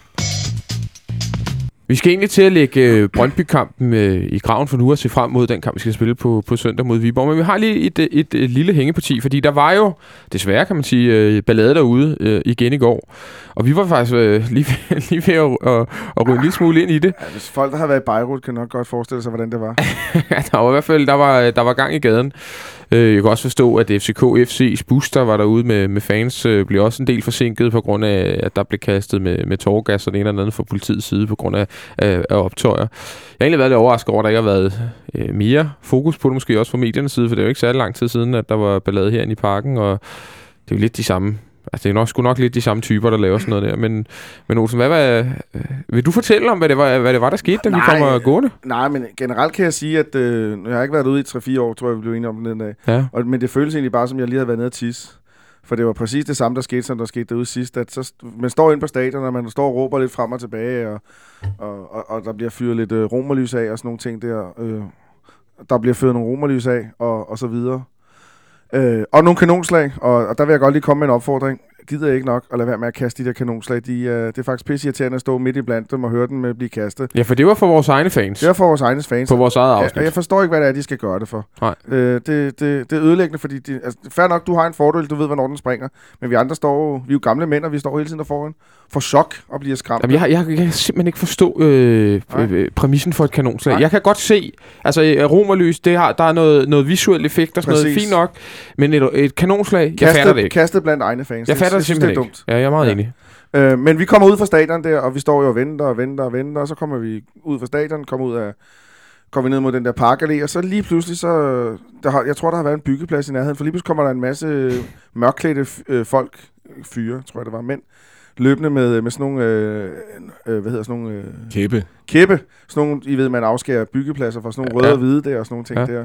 Vi skal egentlig til at lægge øh, Brøndby-kampen øh, i graven for nu og se frem mod den kamp, vi skal spille på, på søndag mod Viborg. Men vi har lige et, et, et, et lille hængeparti, fordi der var jo, desværre kan man sige, øh, ballade derude øh, igen i går. Og vi var faktisk øh, lige, lige ved at, at, at ryge en lille smule ind i det. Ja, hvis folk, der har været i Beirut, kan nok godt forestille sig, hvordan det var. Ja, der var i hvert fald der var, der var gang i gaden. Jeg kan også forstå, at F C K F C's bus, der var derude med, med fans, øh, blev også en del forsinket på grund af, at der blev kastet med, med tåregas og det ene eller andet fra politiets side på grund af, af, af optøjer. Jeg har egentlig været lidt overrasket over, at der ikke har været øh, mere fokus på det, måske også fra mediernes side, for det er jo ikke særlig lang tid siden, at der var ballade herinde i parken, og det er jo lidt de samme. Altså, det er nok, sgu nok lidt de samme typer, der laver sådan noget der. Men, men Olsen, hvad var, vil du fortælle om, hvad det var, hvad det var der skete, da nej, vi kommer gående? Nej, men generelt kan jeg sige, at øh, jeg har ikke været ude i tre fire år, tror jeg, vi blev enige om den dag. Ja. Og, men det føles egentlig bare, som jeg lige havde været nede og tisse. For det var præcis det samme, der skete, som der skete derude sidst. At så, man står inde på stadion, og man står og råber lidt frem og tilbage, og, og, og, og der bliver fyret lidt øh, romerlys af og sådan nogle ting der. Øh, der bliver fyret nogle romerlys af, og, og så videre. Øh, og nogle kanonslag, og, og der vil jeg godt lige komme med en opfordring. Gider jeg ikke nok at lade være med at kaste de der kanonslag. De, uh, det er faktisk pisseirriterende at stå midt i blandt dem og høre dem uh, blive kastet. Ja, for det var for vores egne fans. Det var for vores egne fans. På vores eget afsnit. Ja, og jeg forstår ikke, hvad det er, de skal gøre det for. Nej. Uh, det, det, det er ødelæggende, fordi de, altså, fair nok, du har en fordel, du ved, hvornår den springer. Men vi andre står vi er jo gamle mænd, og vi står hele tiden der foran. For chok og bliver skræmt. Jamen, jeg, jeg, jeg kan simpelthen ikke forstå øh, øh, præmissen for et kanonslag. Nej. Jeg kan godt se, altså romerlys, det har, der er noget, noget visuel effekt og sådan Præcis. noget fint nok. Men et, et kanonslag, kastet, jeg fatter det ikke. Kastet blandt egne fans. Jeg fatter det simpelthen ikke. Ja, jeg er meget ja. enig. Øh, men vi kommer ud fra stadion der, og vi står jo og venter og venter og venter, og så kommer vi ud fra stadion, kommer ud af, kommer vi ned mod den der parkallé, og så lige pludselig så, der har, jeg tror der har været en byggeplads i nærheden, for lige pludselig kommer der en masse mørkklædte øh, folk, fyre, tror jeg det var, mænd, løbende med, med sådan nogle, øh, øh, hvad hedder sådan nogle... Øh, kæbe. Kæbe. Sådan nogle, I ved, man afskærer byggepladser fra sådan nogle røde ja. og hvide der, og sådan nogle ting ja. der.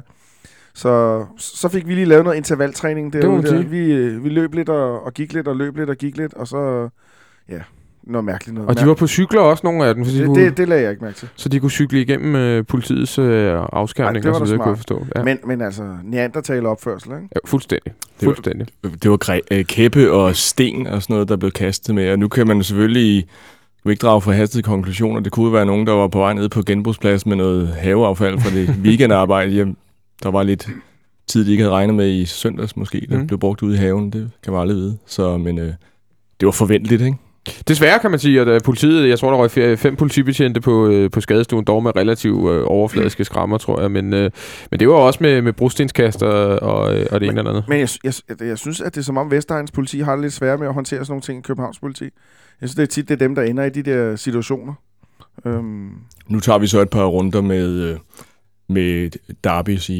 Så, så fik vi lige lavet noget intervaltræning derude. Der. Vi, vi løb lidt og, og gik lidt og løb lidt og gik lidt, og så, ja, noget mærkeligt noget. Og de var på cykler også, nogle af dem? Det, kunne, det, det lagde jeg ikke mærke til. Så de kunne cykle igennem øh, politiets øh, afskærmning og så videre, kunne jeg forstå. Ja. Men, men altså, neandertaler opførsel, ikke? Ja, fuldstændig. fuldstændig. Det var, det var græ- øh, kæppe og sten og sådan noget, der blev kastet med, og nu kan man selvfølgelig du ikke drage forhastede konklusioner. Det kunne være nogen, der var på vej ned på genbrugspladsen med noget haveaffald fra det weekendarbejde. Hjem. Der var lidt tid, de ikke havde regnet med i søndags måske, der mm. blev brugt ude i haven. Det kan man aldrig vide. Så, men øh, det var forventeligt, ikke? Desværre kan man sige, at uh, politiet, jeg tror, der røg fem politibetjente på, uh, på skadestuen, dog med relativt uh, overfladiske skrammer, tror jeg. Men, uh, men det var også med, med brostensskaster og, og det men, ene eller andet. Men jeg, jeg, jeg synes, at det er som om Vestegns politi har det lidt svært med at håndtere sådan nogle ting i Københavns politi. Jeg synes, det er tit det er dem, der ender i de der situationer. Um. Nu tager vi så et par runder med, med derbys i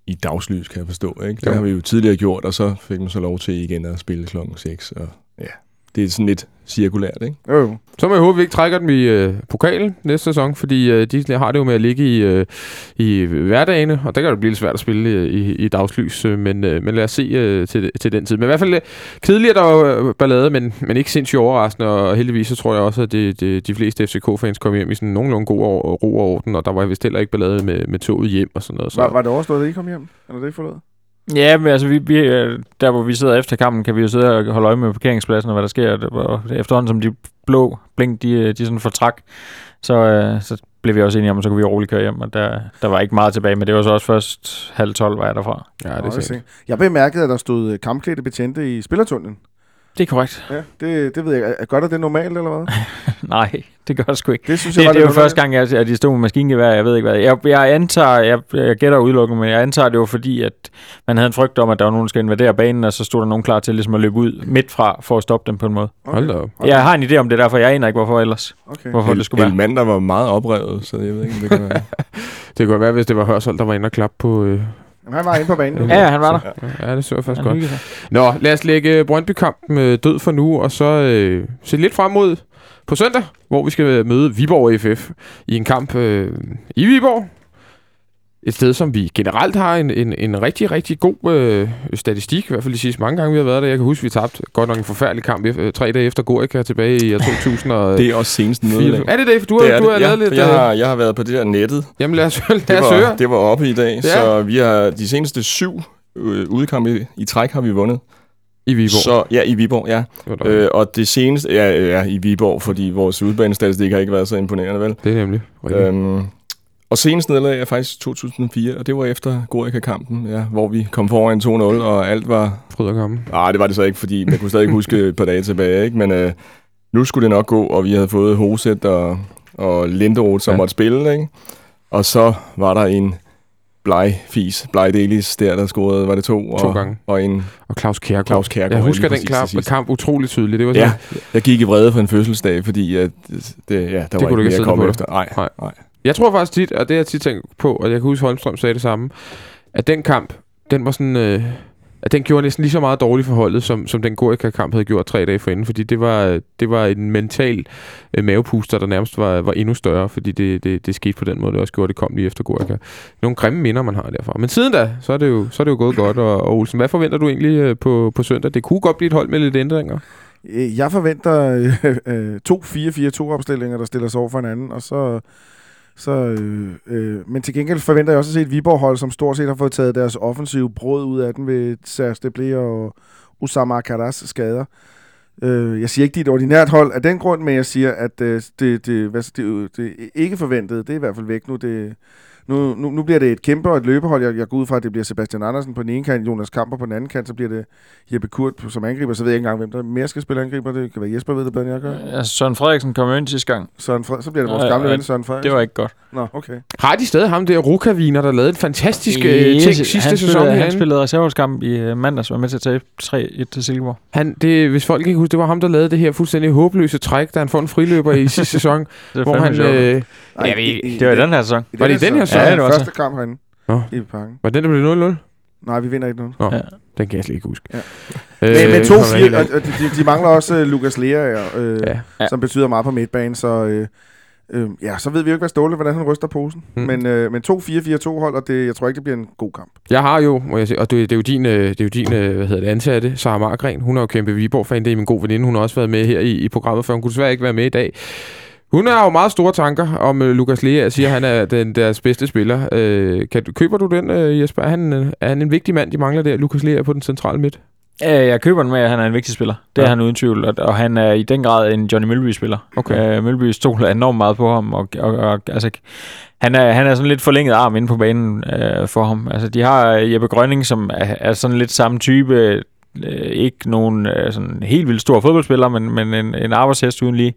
i dagslys, kan jeg forstå. Ikke? Det ja. har vi jo tidligere gjort, og så fik man så lov til igen at spille klokken seks. Og ja, det er sådan lidt cirkulært, ikke? Jo, jo. Så må jeg håbe, vi ikke trækker dem i øh, pokalen næste sæson, fordi øh, de har det jo med at ligge i, øh, i hverdagene, og der kan det blive lidt svært at spille øh, i, i dagslys, øh, men, øh, men lad os se øh, til, til den tid. Men i hvert fald øh, kedeligt, der var øh, ballade, men, men ikke sindssygt overraskende, og heldigvis så tror jeg også, at det, det, de fleste F C K-fans kom hjem i sådan nogenlunde god ro og orden, og der var vist heller ikke ballade med, med toget hjem og sådan noget. Så. Var, var det overstået, at I kom hjem? Eller det ikke forlod? Ja, men altså, vi, vi, der hvor vi sidder efter kampen, kan vi jo sidde og holde øje med parkeringspladsen og hvad der sker. Det var, efterhånden som de blå blink, de, de sådan fortræk, så, øh, så blev vi også enige om, så kunne vi roligt køre hjem, og der, der var ikke meget tilbage, men det var så også først halv tolv, var jeg derfra. Ja, det er Nå, det jeg bemærkede, at der stod kampklædte betjente i spillertunnelen. Det er korrekt. Ja, det, det ved jeg. Er, gør der det normalt, eller hvad? Nej, det gør det sgu ikke. Det, synes jeg, det, var det er jo normalt. første gang, jeg, at de stod med maskingevær. Jeg ved ikke hvad. Jeg, jeg antager, jeg, jeg gætter udelukkende, men jeg antager, det var fordi, at man havde en frygt om, at der var nogen, der skulle invadere banen, og så stod der nogen klar til ligesom at løbe ud midt fra, for at stoppe dem på en måde. Okay. Hold da op. Jeg har en idé om det, derfor jeg aner ikke, hvorfor ellers. Okay. Hvorfor El, det skulle være. El mand, der var meget oprevet, så jeg ved ikke, om det kan være. Det kunne være, hvis det var Hørsholm, der var inde og klappe på... Øh Jamen, han var inde på banen. Ja, han var der. Ja, det så jeg faktisk Han godt. Nå, lad os lægge Brøndby-kampen øh, død for nu, og så øh, se lidt frem mod på søndag, hvor vi skal møde Viborg F F i en kamp øh, i Viborg. Et sted, som vi generelt har en, en, en rigtig, rigtig god øh, statistik. I hvert fald de sidste mange gange, vi har været der. Jeg kan huske, vi tabte godt nok en forfærdelig kamp øh, tre dage efter Gorica tilbage i to tusind. Og, det er også senest nederlag. Er det det? Du, det har, du har ja, lavet lidt... Jeg har, jeg har været på det der nettet. Jamen lad os, lad os det, var, høre. det var oppe i dag, Ja. så vi har de seneste syv øh, udekampe i, i træk har vi vundet. I Viborg? Så, ja, i Viborg, ja. Øh, og det seneste... Ja, ja, i Viborg, fordi vores udbanestatistik har ikke været så imponerende, vel? Det er nemlig. Øhm, og senest nederlag er faktisk to tusind og fire, og det var efter Gorica-kampen, ja, hvor vi kom foran to nul, og alt var... Fryd og gammel. Nej, det var det så ikke, fordi man kunne stadig huske et par dage tilbage, ikke? Men øh, nu skulle det nok gå, og vi havde fået Hoset og, og Linderoth, som ja. måtte spille, ikke? Og så var der en blegfis, Blegdelis der, der scorede, var det to? To og, gange. Og en... Og Claus Kjærgaard. Claus Kjærgaard. Jeg husker den kamp, kamp utroligt tydeligt. Det var ja, jeg gik i vrede for en fødselsdag, fordi at, det, ja, der det var ikke mere at komme efter. Nej, nej. nej. Jeg tror faktisk tit, og det har jeg tit tænkt på, og jeg kan huske, Holmstrøm sagde det samme, at den kamp, den var sådan... Øh, at den gjorde næsten lige så meget dårligt for holdet, som, som den Gorica-kamp havde gjort tre dage forinden, fordi det var, det var en mental øh, mavepuster, der nærmest var, var endnu større, fordi det, det, det skete på den måde, det også gjorde, det kom lige efter Gorica. Nogle grimme minder, man har derfra. Men siden da, så er det jo, så er det jo gået godt, og, og Olsen, hvad forventer du egentlig øh, på, på søndag? Det kunne godt blive et hold med lidt ændringer. Jeg forventer øh, øh, to fire fire to-opstillinger, der stiller sig over for hinanden, og så... Så, øh, øh, men til gengæld forventer jeg også at se et Viborg-hold, som stort set har fået taget deres offensive brød ud af den ved Serge Deblé og Oussama Akaras skader. Øh, jeg siger ikke, de er et ordinært hold af den grund, men jeg siger, at øh, det, det, hvad, det, det ikke forventede, det er i hvert fald væk nu. Det, nu, nu, nu bliver det et kæmpe og et løbehold. Jeg, jeg går ud fra, at det bliver Sebastian Andersen på den ene kant, Jonas Kamper på den anden kant, så bliver det Jeppe Kurt som angriber. Så ved jeg ikke engang, hvem der mere skal spille angriber. Det kan være Jesper, ved det bedre, end jeg gør. Ja, Søren Frederiksen kom ind sidste gang. Søren Fred- så bliver det vores gamle ven, Søren Frederiksen. Det var ikke godt. Nå, okay. Har de stadig ham der Rukaviner, der lavede en fantastisk øh, yes, ting sidste han sæson spillede, herinde? Han spillede reserveholdskamp i uh, mandags, var med til at tabe tre et til Silkeborg. Han, det, hvis folk ikke husker, det var ham, der lavede det her fuldstændig håbløse træk, da han får en friløber i sidste sæson, hvor han... Øh, Nej, ja, vi, det var i den her sæson. Var det i den her sæson? Ja, det det var første kamp herinde Nå. i parken. Var den, der blev nul nul? Nej, vi vinder ikke noget. Nå, ja. Den kan jeg slet ikke huske. Ja. Øh, men, men to fire, og, og de, de mangler også uh, Lukas Lea, øh, ja. som betyder meget på midtbanen, så... Øh, øh, ja, så ved vi jo ikke, hvad Ståle, hvordan han ryster posen. Hmm. Men, øh, men to fire fire to hold, og det, jeg tror ikke, det bliver en god kamp. Jeg har jo, må jeg sige, og det, det er jo din, det er jo din hvad hedder det, ansatte, Sara Margren. Hun er jo kæmpe Viborg-fan, det er min gode veninde. Hun har også været med her i, i programmet, for hun kunne desværre ikke være med i dag. Hun har jo meget store tanker om uh, Lukas Lea. Jeg siger, at han er den, deres bedste spiller. Uh, kan, køber du den, uh, Jesper? Er han, uh, er han en vigtig mand, de mangler der, Lukas Lea på den centrale midt? Ja, jeg køber den med, at han er en vigtig spiller. Det ja. er han uden tvivl. Og, og han er i den grad en Johnny Mølby-spiller. Okay. Uh, Mølby stoler enormt meget på ham. Og, og, og altså, han, er, han er sådan lidt forlænget arm inde på banen uh, for ham. Altså, de har Jeppe Grønning, som er, er sådan lidt samme type. Uh, ikke nogen uh, sådan helt vildt stor fodboldspiller, men, men en, en arbejdshest uden lige.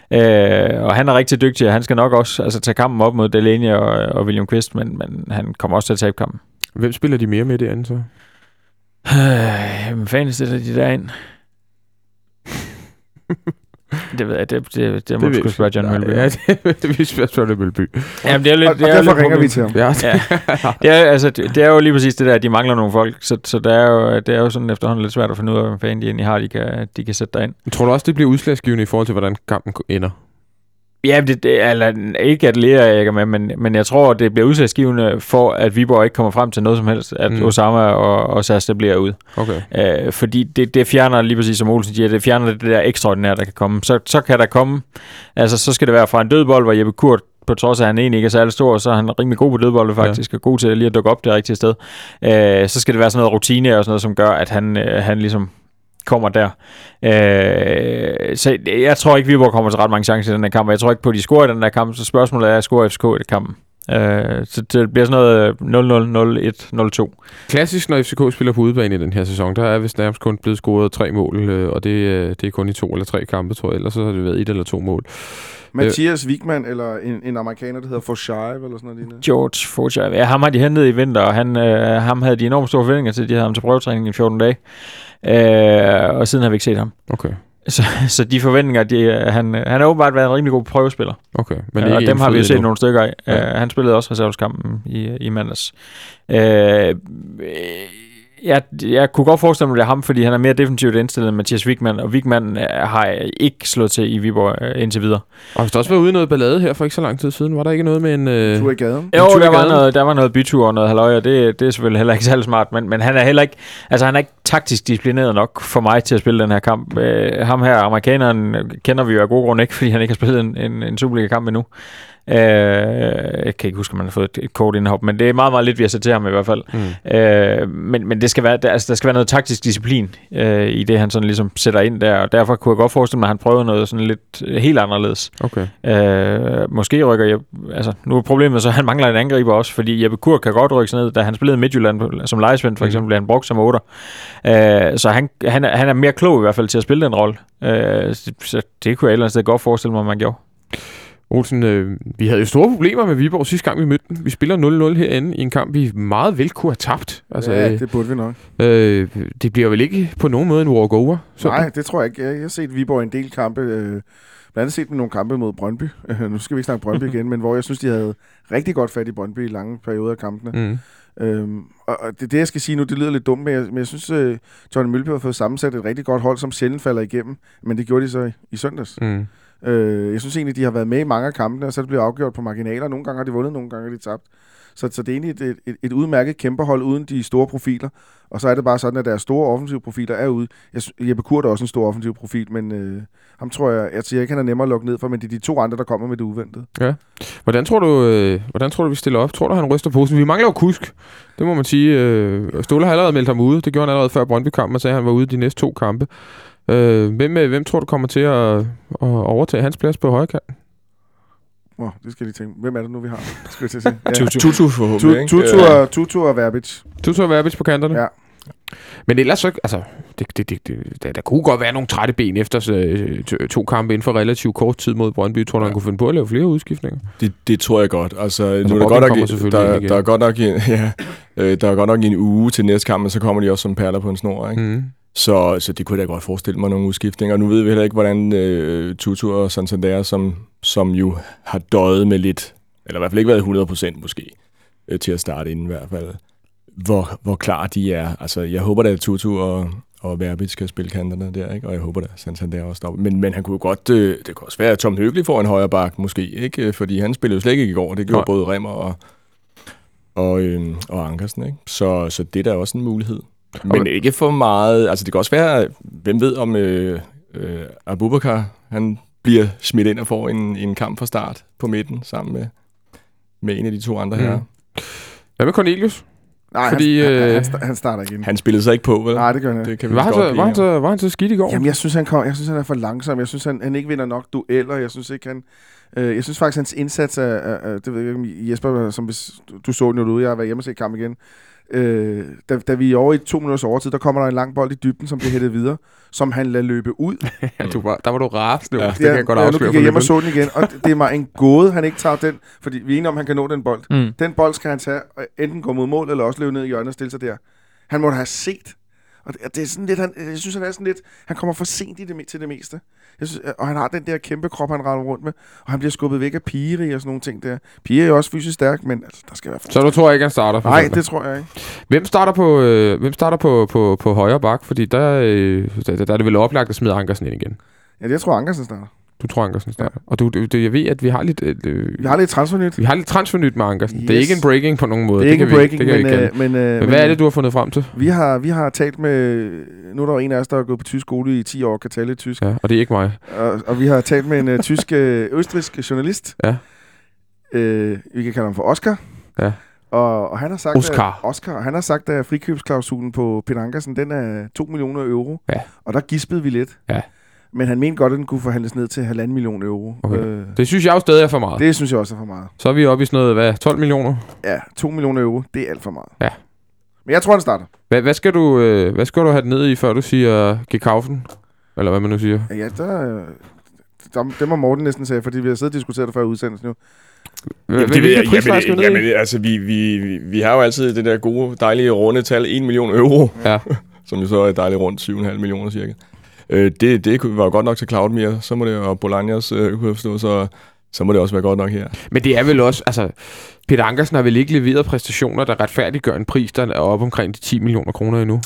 Øh, og han er rigtig dygtig, og han skal nok også altså, tage kampen op mod Delaney og, og William Kvist, men, men han kommer også til at tabe kampen. Hvem spiller de mere med derinde så? Øh, Hvem fanden stiller de derind? Det ved jeg, det, det, det må du sgu spørge John Mølby. Ja, det vil vi spørge John Mølby. Jamen, det er lidt, og, det og er derfor lidt ringer vi til ham. Ja. Ja. Det, er, altså, det, det er jo lige præcis det der, at de mangler nogle folk, så, så det, er jo, det er jo sådan efterhånden lidt svært at finde ud af, hvad fanden de egentlig har, de kan, de kan sætte derind. Tror du også, det bliver udslagsgivende i forhold til, hvordan kampen ender? Ja, det, det eller ikke at Lea er ikke med, men, men jeg tror, det bliver udslagsgivende for, at Viborg ikke kommer frem til noget som helst, at mm. Osama og, og Sas bliver ud. Okay. Øh, fordi det, det fjerner, lige præcis som Olsen siger, det fjerner det der ekstraordinære, der kan komme. Så, så kan der komme, altså så skal det være fra en dødbold, hvor Jeppe Kurt, på trods af, at han egentlig ikke er særlig stor, så er han rimelig god på dødbolde faktisk, ja. Og god til lige at dukke op det rigtige sted. Øh, så skal det være sådan noget rutine og sådan noget, som gør, at han, øh, han ligesom kommer der. Øh, så jeg tror ikke, Viborg kommer til ret mange chancer i den her kamp, og jeg tror ikke på, at de scorer i den her kamp, så spørgsmålet er, at scorer F C K i den kampen. Øh, så det bliver sådan noget nul nul, nul et, nul to. Klassisk, når F C K spiller på udebane i den her sæson, der er vist nærmest kun blevet scoret tre mål, og det, det er kun i to eller tre kampe, tror jeg, ellers så har det været et eller to mål. Mathias Wigman, eller en, en amerikaner, der hedder Forshire, eller sådan noget. George Forshire. Ja, ham har de hentet i vinter, og han, øh, ham havde de enormt store forventninger til. De havde ham til prøvetræning i fjorten dage, øh, og siden har vi ikke set ham. Okay. Så, så de forventninger, de, han, han har åbenbart været en rimelig god prøvespiller. Okay. Men ja, og dem har vi jo set endnu. Nogle stykker af. Ja. Uh, han spillede også reserveskampen i, i mandags. Uh, jeg, jeg kunne godt forestille mig, at det er ham, fordi han er mere defensivt indstillet end Mathias Wigman, og Wigman uh, har ikke slået til i Viborg uh, indtil videre. Og hvis der også var ude i noget ballade her for ikke så lang tid siden, var der ikke noget med en... Uh, tur i gaden? Jo, der var, noget, der var noget bytur og noget halløj, og det, det er selvfølgelig heller ikke særlig smart, men, men han er heller ikke, altså han er ikke taktisk disciplineret nok for mig til at spille den her kamp. Uh, ham her, amerikaneren, kender vi jo af gode grunde ikke, fordi han ikke har spillet en, en, en Superliga-kamp endnu. Uh, jeg kan ikke huske, om man har fået et, et kort indhop, men det er meget, meget lidt, vi har set til ham i hvert fald. Mm. Uh, men, men det skal være, der, altså, der skal være noget taktisk disciplin uh, i det, han sådan ligesom sætter ind der, og derfor kunne jeg godt forestille mig, at han prøver noget sådan lidt uh, helt anderledes. Okay. Uh, måske rykker jeg, altså nu er problemet så, at han mangler en angriber også, fordi Jeppe Kurt kan godt rykke sig ned, da han spillede i Midtjylland som lejesvend for eksempel, mm. han brugt som otter. Uh, så han, han, er, han er mere klog i hvert fald til at spille den rolle. Uh, så det kunne jeg et eller andet sted godt forestille mig, at man gjorde. Olsen, øh, vi havde jo store problemer med Viborg sidste gang, vi mødte dem. Vi spiller nul nul herinde i en kamp, vi meget vel kunne have tabt. Altså, ja, det burde vi nok. Øh, det bliver vel ikke på nogen måde en walk-over? Nej, det tror jeg ikke. Jeg har set Viborg en del kampe. Øh, blandt andet set med nogle kampe mod Brøndby. nu skal vi ikke snakke Brøndby igen, men hvor jeg synes, de havde rigtig godt fat i Brøndby i lange perioder af kampene. Mm. Øhm, og det, det, jeg skal sige nu, det lyder lidt dumt, men jeg, men jeg synes, øh, John Mølby har fået sammensat et rigtig godt hold, som sjældent falder igennem. Men det gjorde de så i, i søndags. Mm. Øh, jeg synes egentlig, de har været med i mange af kampene, og så er det blevet afgjort på marginaler. Nogle gange har de vundet, nogle gange har de tabt. Så, så det er egentlig et, et, et udmærket kæmpehold uden de store profiler. Og så er det bare sådan, at deres store offensive profiler er ude. Jeg, Jeppe Kurt er også en stor offensiv profil, men øh, ham tror jeg, jeg siger ikke, han er nemmere at lukke ned for, men det er de to andre, der kommer med det uventede. Ja. Hvordan tror du, øh, hvordan tror du vi stiller op? Tror du, han ryster posen? Vi mangler jo Kusk. Det må man sige. Øh, Ståle har allerede meldt ham ude. Det gjorde han allerede før Brøndby-kampen, og sagde, at han var ude de næste to kampe. Øh, hvem, hvem tror du kommer til at, at overtage hans plads på højrekanten? Åh, oh, det skal de tænke. Hvem er det nu, vi har? Skal jeg sige? Ja. Tutu. Tutu forhåbentlig, Tutu, Tutu, og, Tutu og Verbic. Tutu og Verbic på kanterne? Ja. Men ellers så, altså, det, det, det, det, der, der kunne godt være nogle trætte ben efter øh, to, to kampe inden for relativt kort tid mod Brøndby. Tror du, ja. Han kunne finde på at lave flere udskiftninger? Det, det tror jeg godt. Altså, altså nu er der, godt nok, der, der, er godt nok en, ja, øh, der er godt nok en uge til næste kamp, men så kommer de også som perler på en snor, ikke? Mm. Så, så det kunne jeg da godt forestille mig nogle udskiftninger. Nu ved vi heller ikke, hvordan øh, Tutu og Santander, som, som jo har døjet med lidt, eller i hvert fald ikke været hundrede procent måske, øh, til at starte inden i hvert fald, hvor, hvor klar de er. Altså, jeg håber da, at Tutu og, og Verbic skal spille kanterne der, ikke? Og jeg håber da, at Santander også stopper. Men, men han kunne godt, øh, det kunne også være, at Tom Høgli får en højre bak måske, ikke? Fordi han spillede jo slet ikke i går. Det gjorde Nej. både Remmer og, og, øh, og Ankersen, ikke? Så, så det er da også en mulighed. Men ikke for meget. Altså, det kan også være, hvem ved om øh, øh, Abubakar, han bliver smidt ind og får en, en kamp fra start på midten, sammen med, med en af de to andre mm. her. Hvad med Cornelius? Nej, Fordi, han, øh, han, han starter ikke ind. Han spillede sig ikke på, vel? Nej, det gør han det kan vi var, han så, var, han så, var han så skidt i går? Jamen, jeg synes, han, kom, jeg synes, han er for langsom. Jeg synes, han, han ikke vinder nok dueller. Jeg synes ikke, han... Øh, jeg synes faktisk, hans indsats er... er, er det ved jeg ikke, Jesper, som hvis du så den jo derude, jeg har været hjemme og set kamp igen. Øh, da, da vi er over i to minutters overtid, der kommer der en lang bold i dybden, som bliver hættet videre, som han lader løbe ud. ja, du var, der var du rasende. Ja, det kan jeg godt afsløre. Nu gik jeg hjem og så den igen, og det, det er mig en gåde, han ikke tager den, fordi vi er enige om, han kan nå den bold. Mm. Den bold skal han tage, og enten gå mod mål, eller også løbe ned i hjørnet og stille sig der. Han må da have set. Og det, det er sådan lidt, han, jeg synes, han er sådan lidt, han kommer for sent i det, til det meste. Jeg synes, og han har den der kæmpe krop, han render rundt med, og han bliver skubbet væk af Piri og sådan nogle ting der. Piri er jo også fysisk stærk, men altså, der skal være Så du tror ikke, han starter? Nej, det tror jeg ikke. Hvem starter på, øh, hvem starter på, på, på højre bak? Fordi der, øh, der, der er det vel oplagt at smide Ankersen ind igen. Ja, det jeg tror Ankersen starter. Du tror, Ankersen starter. Ja. Og du, du, jeg ved, at vi har lidt... Øh, vi har lidt transfernyt. Vi har lidt transfernyt med Ankersen. Yes. Det er ikke en breaking på nogen måde. Det er ikke en breaking, vi, det men, øh, men, øh, men... hvad er det, du har fundet frem til? Vi har, vi har talt med... Nu er der en af os, der har gået på tysk skole i ti år, kan tale lidt tysk. Ja, og det er ikke mig. Og, og vi har talt med en uh, tysk, øh, østrigsk journalist. Ja. Øh, vi kan kalde ham for Oscar. Ja. Og, og han har sagt, Oscar. At, Oscar, han har sagt, at frikøbsklausulen på Peter Ankersen, den er to millioner euro. Ja. Og der gispede vi lidt. Ja. Men han mente godt, at den kunne forhandles ned til halvanden million euro. Okay. Øh, det synes jeg jo stadig er for meget. Det synes jeg også er for meget. Så er vi oppe i sådan noget, hvad, tolv millioner? Ja, to millioner euro, det er alt for meget. Ja. Men jeg tror, den starter. Hvad, hvad, skal du, øh, hvad skal du have den ned i, før du siger gekaufen? Eller hvad man nu siger? Ja, der, der, det må Morten næsten sige, fordi vi har siddet og diskuteret det før udsendelsen nu. Jamen, det ved jeg, jamen, jamen, jamen, altså, vi, vi, vi, vi har jo altid det der gode, dejlige runde tal, en million euro. Ja. Som jo så er dejligt rundt syv komma fem millioner cirka. Øh, det, det var jo godt nok til Cloudmere, så må det jo Bolognas, øh, kunne jeg forstå, så, så må det også være godt nok her. Men det er vel også, altså, Peter Ankersen har vel ikke leveret præstationer, der retfærdiggør en pris, der er op omkring de ti millioner kroner endnu?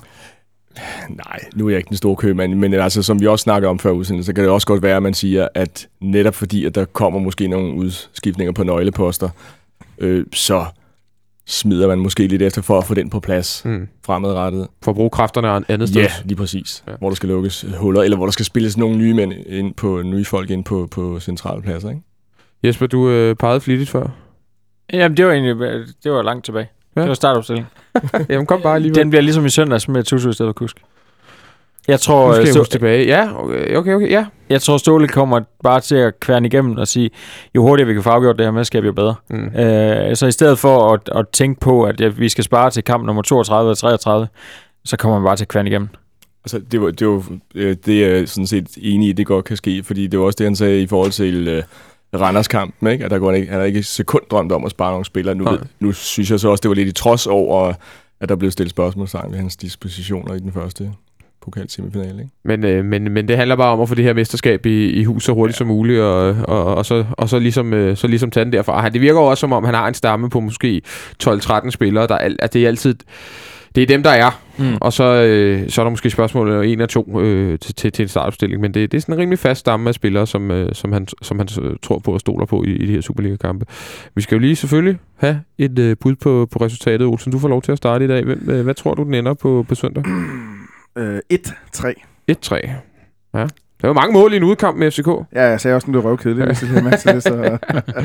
Nej, nu er jeg ikke den store købmand, men altså, som vi også snakkede om før udsendelsen, så kan det også godt være, at man siger, at netop fordi, at der kommer måske nogle udskiftninger på nøgleposter, øh, så smider man måske lidt efter for at få den på plads mm. fremadrettet. For at bruge kræfterne andet sted. Ja, lige præcis. Ja. Hvor der skal lukkes huller, eller hvor der skal spilles nogle nye, mænd ind på, nye folk ind på, på centrale pladser, ikke? Jesper, du øh, pegede flittigt før. Jamen, det var egentlig det var langt tilbage. Ja. Det var startopstilling. Jamen, kom bare lige. Den bliver ligesom i søndags med Tutu i stedet for Kusk. Jeg tror... Nu skal jeg huske tilbage. Ja, okay, okay, okay, ja. Jeg tror, Ståle kommer bare til at kværne igennem og sige, jo hurtigere vi kan få afgjort det her mesterskab, jo bedre. Mm. Øh, så i stedet for at, at tænke på, at ja, vi skal spare til kamp nummer toogtredive og treogtredive, så kommer man bare til at kværne igennem. Altså, det var, det var det er sådan set enig i, det godt kan ske, fordi det var også det, han sagde i forhold til uh, Randers-kampen, ikke? At der går ikke, han har ikke sekund drømt om at spare nogle spillere. Nu, nu synes jeg så også, det var lidt i trods over, at der blev stillet spørgsmålstegn ved hans dispositioner i den første pokalsemifinale, ikke? Men, øh, men, men det handler bare om at få det her mesterskab i, i hus så hurtigt ja. som muligt, og, og, og, så, og så, ligesom, øh, så ligesom tage den derfra. Det virker også, som om han har en stamme på måske tolv tretten spillere, der, at det er altid... Det er dem, der er. Mm. Og så, øh, så er der måske spørgsmål en og to øh, til, til, til en startopstilling. Men det, det er sådan en rimelig fast stamme af spillere, som, øh, som, han, som han tror på og stoler på i, i de her Superliga-kampe. Vi skal jo lige selvfølgelig have et øh, bud på, på resultatet. Olsen, du får lov til at starte i dag. Hvem, øh, hvad tror du, den ender på, på søndag? Øh, et tre. et tre. Ja. Der er jo mange mål i en udkamp med F C K. Ja, jeg sagde også, at det var røvkedeligt, hvis det er med til det. Så.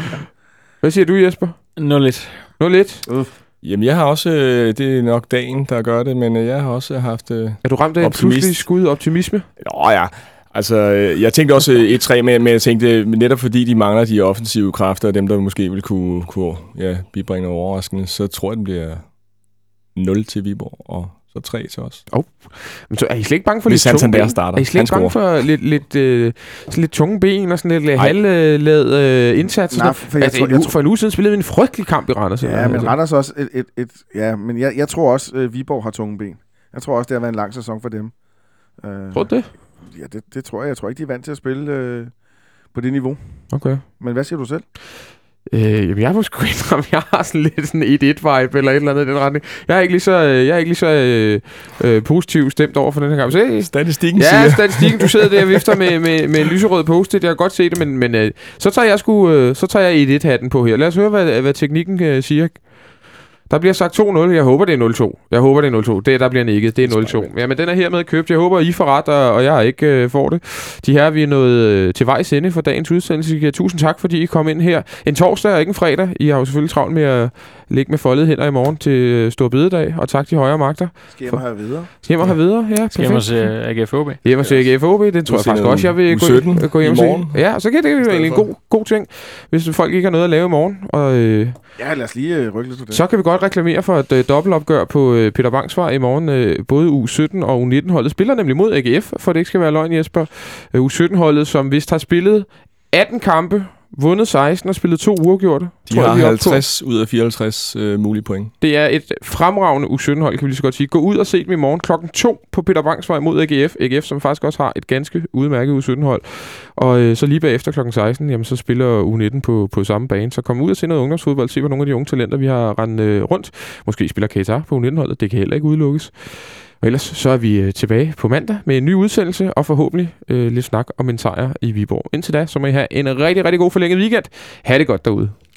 Hvad siger du, Jesper? nul et. nul et? Uh. Jamen, jeg har også... Øh, det er nok dagen, der gør det, men øh, jeg har også haft... Øh, er du ramt af en pludselig skud optimisme? Nå ja. Altså, øh, jeg tænkte også et tre med, men jeg tænkte, netop fordi de mangler de offensive kræfter, og dem, der måske vil kunne, kunne ja, bibringe noget overraskende, så tror jeg, den bliver nul til Viborg, og så tre til os. Oh. Men så er I slet ikke bange for Hvis lidt tunge ben? Starter. Er I slet ikke bange for lidt, lidt, øh, lidt tunge ben og sådan lidt halvladet øh, indsats? Nej, for, jeg altså, tror, jeg tror, for en uge siden spillede vi en frygtelig kamp i Randers. Ja, men Randers også et, et, et, ja, men jeg, jeg tror også, at Viborg har tunge ben. Jeg tror også, det har været en lang sæson for dem. Uh, tror du det? Ja, det, det tror jeg. Jeg tror ikke, de er vant til at spille øh, på det niveau. Okay. Men hvad siger du selv? Øh, jamen, jeg må sgu indrømme, jeg har sådan lidt sådan et et-vibe eller et eller andet i den retning. Jeg er ikke lige så, jeg er ikke lige så øh, øh, positiv stemt over for den her kamp. Så, øh, statistikken ja, siger. Ja, statistikken. Du sidder der og vifter med, med, med en lyserød post-it. Jeg kan godt se det, men, men øh, så tager jeg sgu, øh, så tager jeg et et-hatten på her. Lad os høre, hvad, hvad teknikken øh, siger. Der bliver sagt to nul. Jeg håber, det er nul to. Jeg håber, det er nul to. Det, der bliver nikket. Det er nul to. Ja, men den er hermed købt. Jeg håber, I får ret, og, og jeg ikke øh, får det. De her, vi er nået øh, til vejs ende for dagens udsendelse. Tusind tak, fordi I kom ind her. En torsdag og ikke en fredag. I har jo selvfølgelig travlt med at ligge med foldede hænder i morgen til Stor Bededag. Og tak til højere magter. Skal hjem og have videre. Skal hjem og have videre, ja. Skal hjem og se A G F O B. Hjem og se A G F O B. Det tror jeg faktisk også, jeg vil gå, gå hjem og se. Ja, så kan det jo egentlig en god, god ting, hvis folk ikke har noget at lave i morgen. Og, øh, ja, lad os lige øh, rykke lidt på det. Så kan vi godt reklamere for et øh, dobbeltopgør på øh, Peter Bangs vej i morgen. Øh, både U sytten og U nitten-holdet spiller nemlig mod A G F, for det ikke skal være løgn, Jesper. Øh, U sytten-holdet, som vist har spillet atten kampe vundet seksten og spillet to uafgjorte. De har halvtreds ud af fireoghalvtreds øh, mulige point. Det er et fremragende U sytten-hold, kan vi lige så godt sige. Gå ud og se dem i morgen klokken to på Peter Bangs Vej mod A G F. A G F, som faktisk også har et ganske udmærket U sytten-hold. Og øh, så lige bagefter klokken seksten, jamen, så spiller U nitten på, på samme bane. Så kom ud og se noget ungdomsfodbold. Se, hvad nogle af de unge talenter, vi har rendt øh, rundt. Måske spiller Qatar på U nitten-holdet. Det kan heller ikke udelukkes. Og ellers så er vi øh, tilbage på mandag med en ny udsendelse, og forhåbentlig øh, lidt snak om en sejr i Viborg. Indtil da, så må I have en rigtig, rigtig god forlænget weekend. Ha' det godt derude.